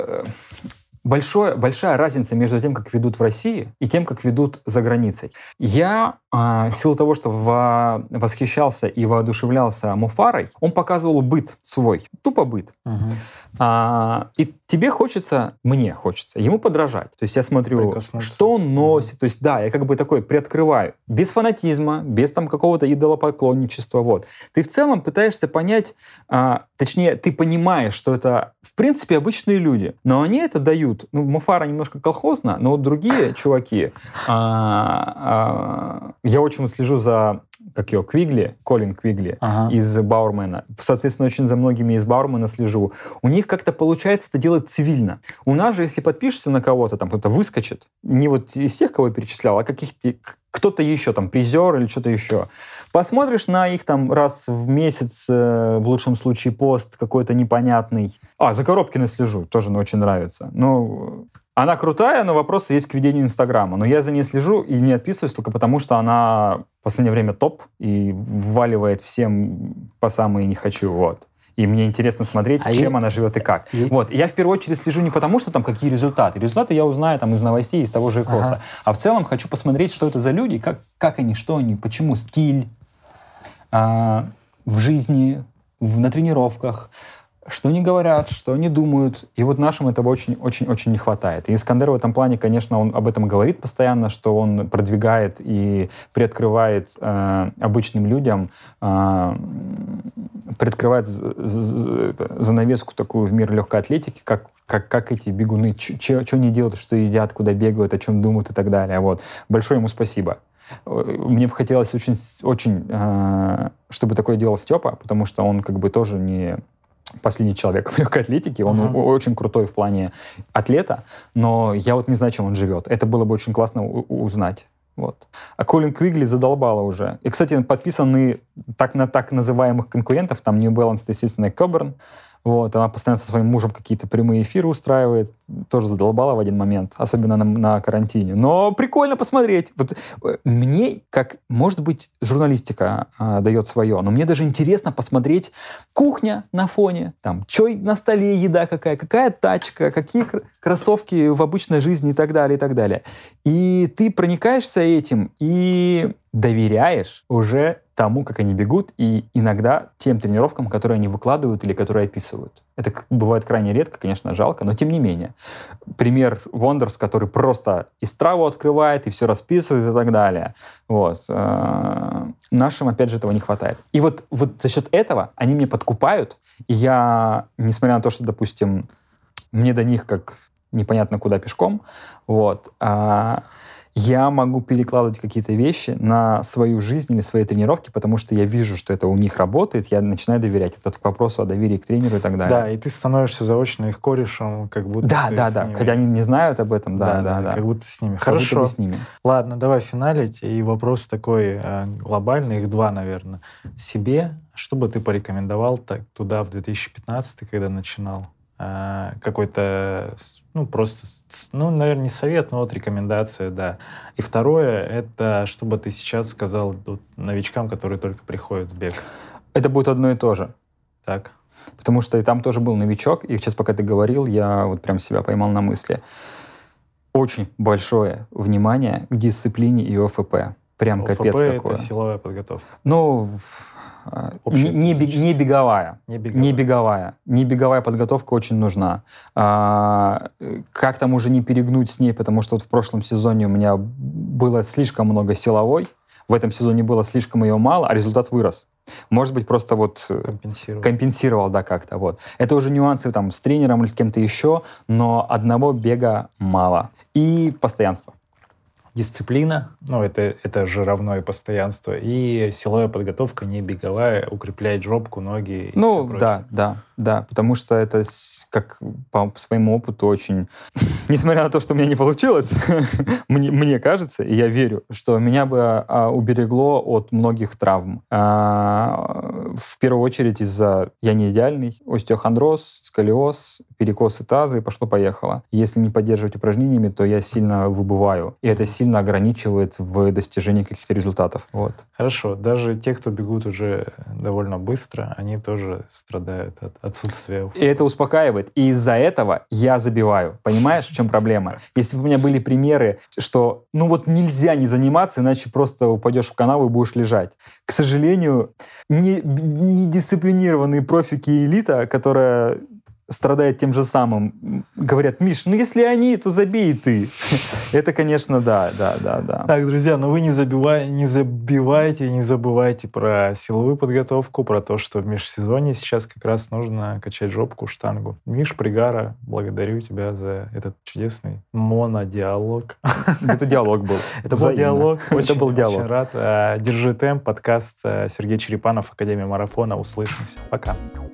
Большая разница между тем, как ведут в России, и тем, как ведут за границей. Я, в силу того, что восхищался и воодушевлялся Муфарой, он показывал быт свой, тупо быт. И тебе хочется, мне хочется ему подражать. То есть я смотрю, что он носит. То есть да, я как бы такой приоткрываю. Без фанатизма, без там какого-то идолопоклонничества. Вот. Ты в целом пытаешься понять, точнее, ты понимаешь, что это в принципе обычные люди, но они это дают. Ну, Муфара немножко колхозно, но вот другие чуваки, я очень слежу за Колин Квигли из Бауэрмена. Соответственно, очень за многими из Бауэрмена слежу. У них как-то получается это делать цивильно. У нас же, если подпишешься на кого-то, там кто-то выскочит, не вот из тех, кого я перечислял, а кто-то еще, там, призер или что-то еще. Посмотришь на их там раз в месяц, в лучшем случае, пост какой-то непонятный. За Коробкиной слежу, тоже мне очень нравится. Ну, она крутая, но вопросы есть к ведению Инстаграма. Но я за ней слежу и не отписываюсь только потому, что она в последнее время топ и вваливает всем по самые не хочу, вот. И мне интересно смотреть, чем она живет и как. Вот. Я в первую очередь слежу не потому, что там какие результаты. Результаты я узнаю там из новостей, из того же Экроса. А в целом хочу посмотреть, что это за люди, как они, что они, почему стиль в жизни, на тренировках, что они говорят, что они думают. И вот нашим этого очень-очень не хватает. И Искандер в этом плане, конечно, он об этом говорит постоянно, что он продвигает и приоткрывает обычным людям, приоткрывает занавеску такую в мир легкой атлетики, как эти бегуны, что они делают, что едят, куда бегают, о чем думают и так далее. Вот. Большое ему спасибо. Мне бы хотелось очень, чтобы такое делал Степа, потому что он как бы тоже не последний человек в легкой атлетике, он очень крутой в плане атлета, но я вот не знаю, чем он живет. Это было бы очень классно узнать. Вот. А Колин Квигли задолбала уже. И, кстати, подписаны на так называемых конкурентов, там New Balance, естественно, Коберн. Вот, она постоянно со своим мужем какие-то прямые эфиры устраивает. Тоже задолбала в один момент, особенно на карантине. Но прикольно посмотреть. Вот, мне, как, может быть, журналистика дает свое, но мне даже интересно посмотреть кухня на фоне, там, что на столе, еда какая тачка, какие кроссовки в обычной жизни и так далее, и так далее. И ты проникаешься этим и доверяешь уже тому, как они бегут, и иногда тем тренировкам, которые они выкладывают или которые описывают. Это бывает крайне редко, конечно, жалко, но тем не менее. Пример Вондерс, который просто и страву открывает, и все расписывает и так далее. Вот. Нашим, опять же, этого не хватает. И вот за счет этого они меня подкупают, и я, несмотря на то, что, допустим, мне до них как непонятно куда пешком, вот, я могу перекладывать какие-то вещи на свою жизнь или свои тренировки, потому что я вижу, что это у них работает, я начинаю доверять. Это к вопросу о доверии к тренеру и так далее. Да, и ты становишься заочно их корешем, как будто да, ними. Хотя они не знают об этом, да. Как будто с ними. Хорошо. С ними. Ладно, давай финалить. И вопрос такой глобальный, их два, наверное. Себе, что бы ты порекомендовал туда в 2015, когда начинал? Какой-то, просто, наверное, не совет, но вот рекомендация, да. И второе, это что бы ты сейчас сказал новичкам, которые только приходят в бег? Это будет одно и то же. Так. Потому что и там тоже был новичок, и сейчас, пока ты говорил, я вот прям себя поймал на мысли. Очень большое внимание к дисциплине и ОФП. Прям ОФП капец какое. Это силовая подготовка. Не беговая. Не беговая подготовка очень нужна. Как там уже не перегнуть с ней, потому что вот в прошлом сезоне у меня было слишком много силовой, в этом сезоне было слишком ее мало, а результат вырос. Может быть, просто вот компенсировал, да, как-то. Вот. Это уже нюансы там с тренером или с кем-то еще, но одного бега мало. И постоянство. Дисциплина, это же равно и постоянство, и силовая подготовка, не беговая, укрепляет жопку, ноги и все прочее. Да, потому что это, как по своему опыту, очень... Несмотря на то, что у меня не получилось, мне кажется, и я верю, что меня бы уберегло от многих травм. В первую очередь из-за «я не идеальный», остеохондроз, сколиоз, перекосы таза, и пошло-поехало. Если не поддерживать упражнениями, то я сильно выбываю, и это сильно ограничивает в достижении каких-то результатов. Вот. Хорошо. Даже те, кто бегут уже довольно быстро, они тоже страдают от отсутствия... И это успокаивает. И из-за этого я забиваю. Понимаешь, в чем проблема? Если бы у меня были примеры, что нельзя не заниматься, иначе просто упадешь в канаву и будешь лежать. К сожалению, недисциплинированные профики и элита, которая страдает тем же самым, говорят: Миш, если они, то забей ты. Это, конечно, да. Так, друзья, вы не забивайте, не забывайте про силовую подготовку, про то, что в межсезонье сейчас как раз нужно качать жопку, штангу. Миш Пригара, благодарю тебя за этот чудесный монодиалог. Это диалог был. Это был диалог. Это был диалог. Очень рад. Держи темп. Подкаст Сергей Черепанов, Академия марафона. Услышимся. Пока.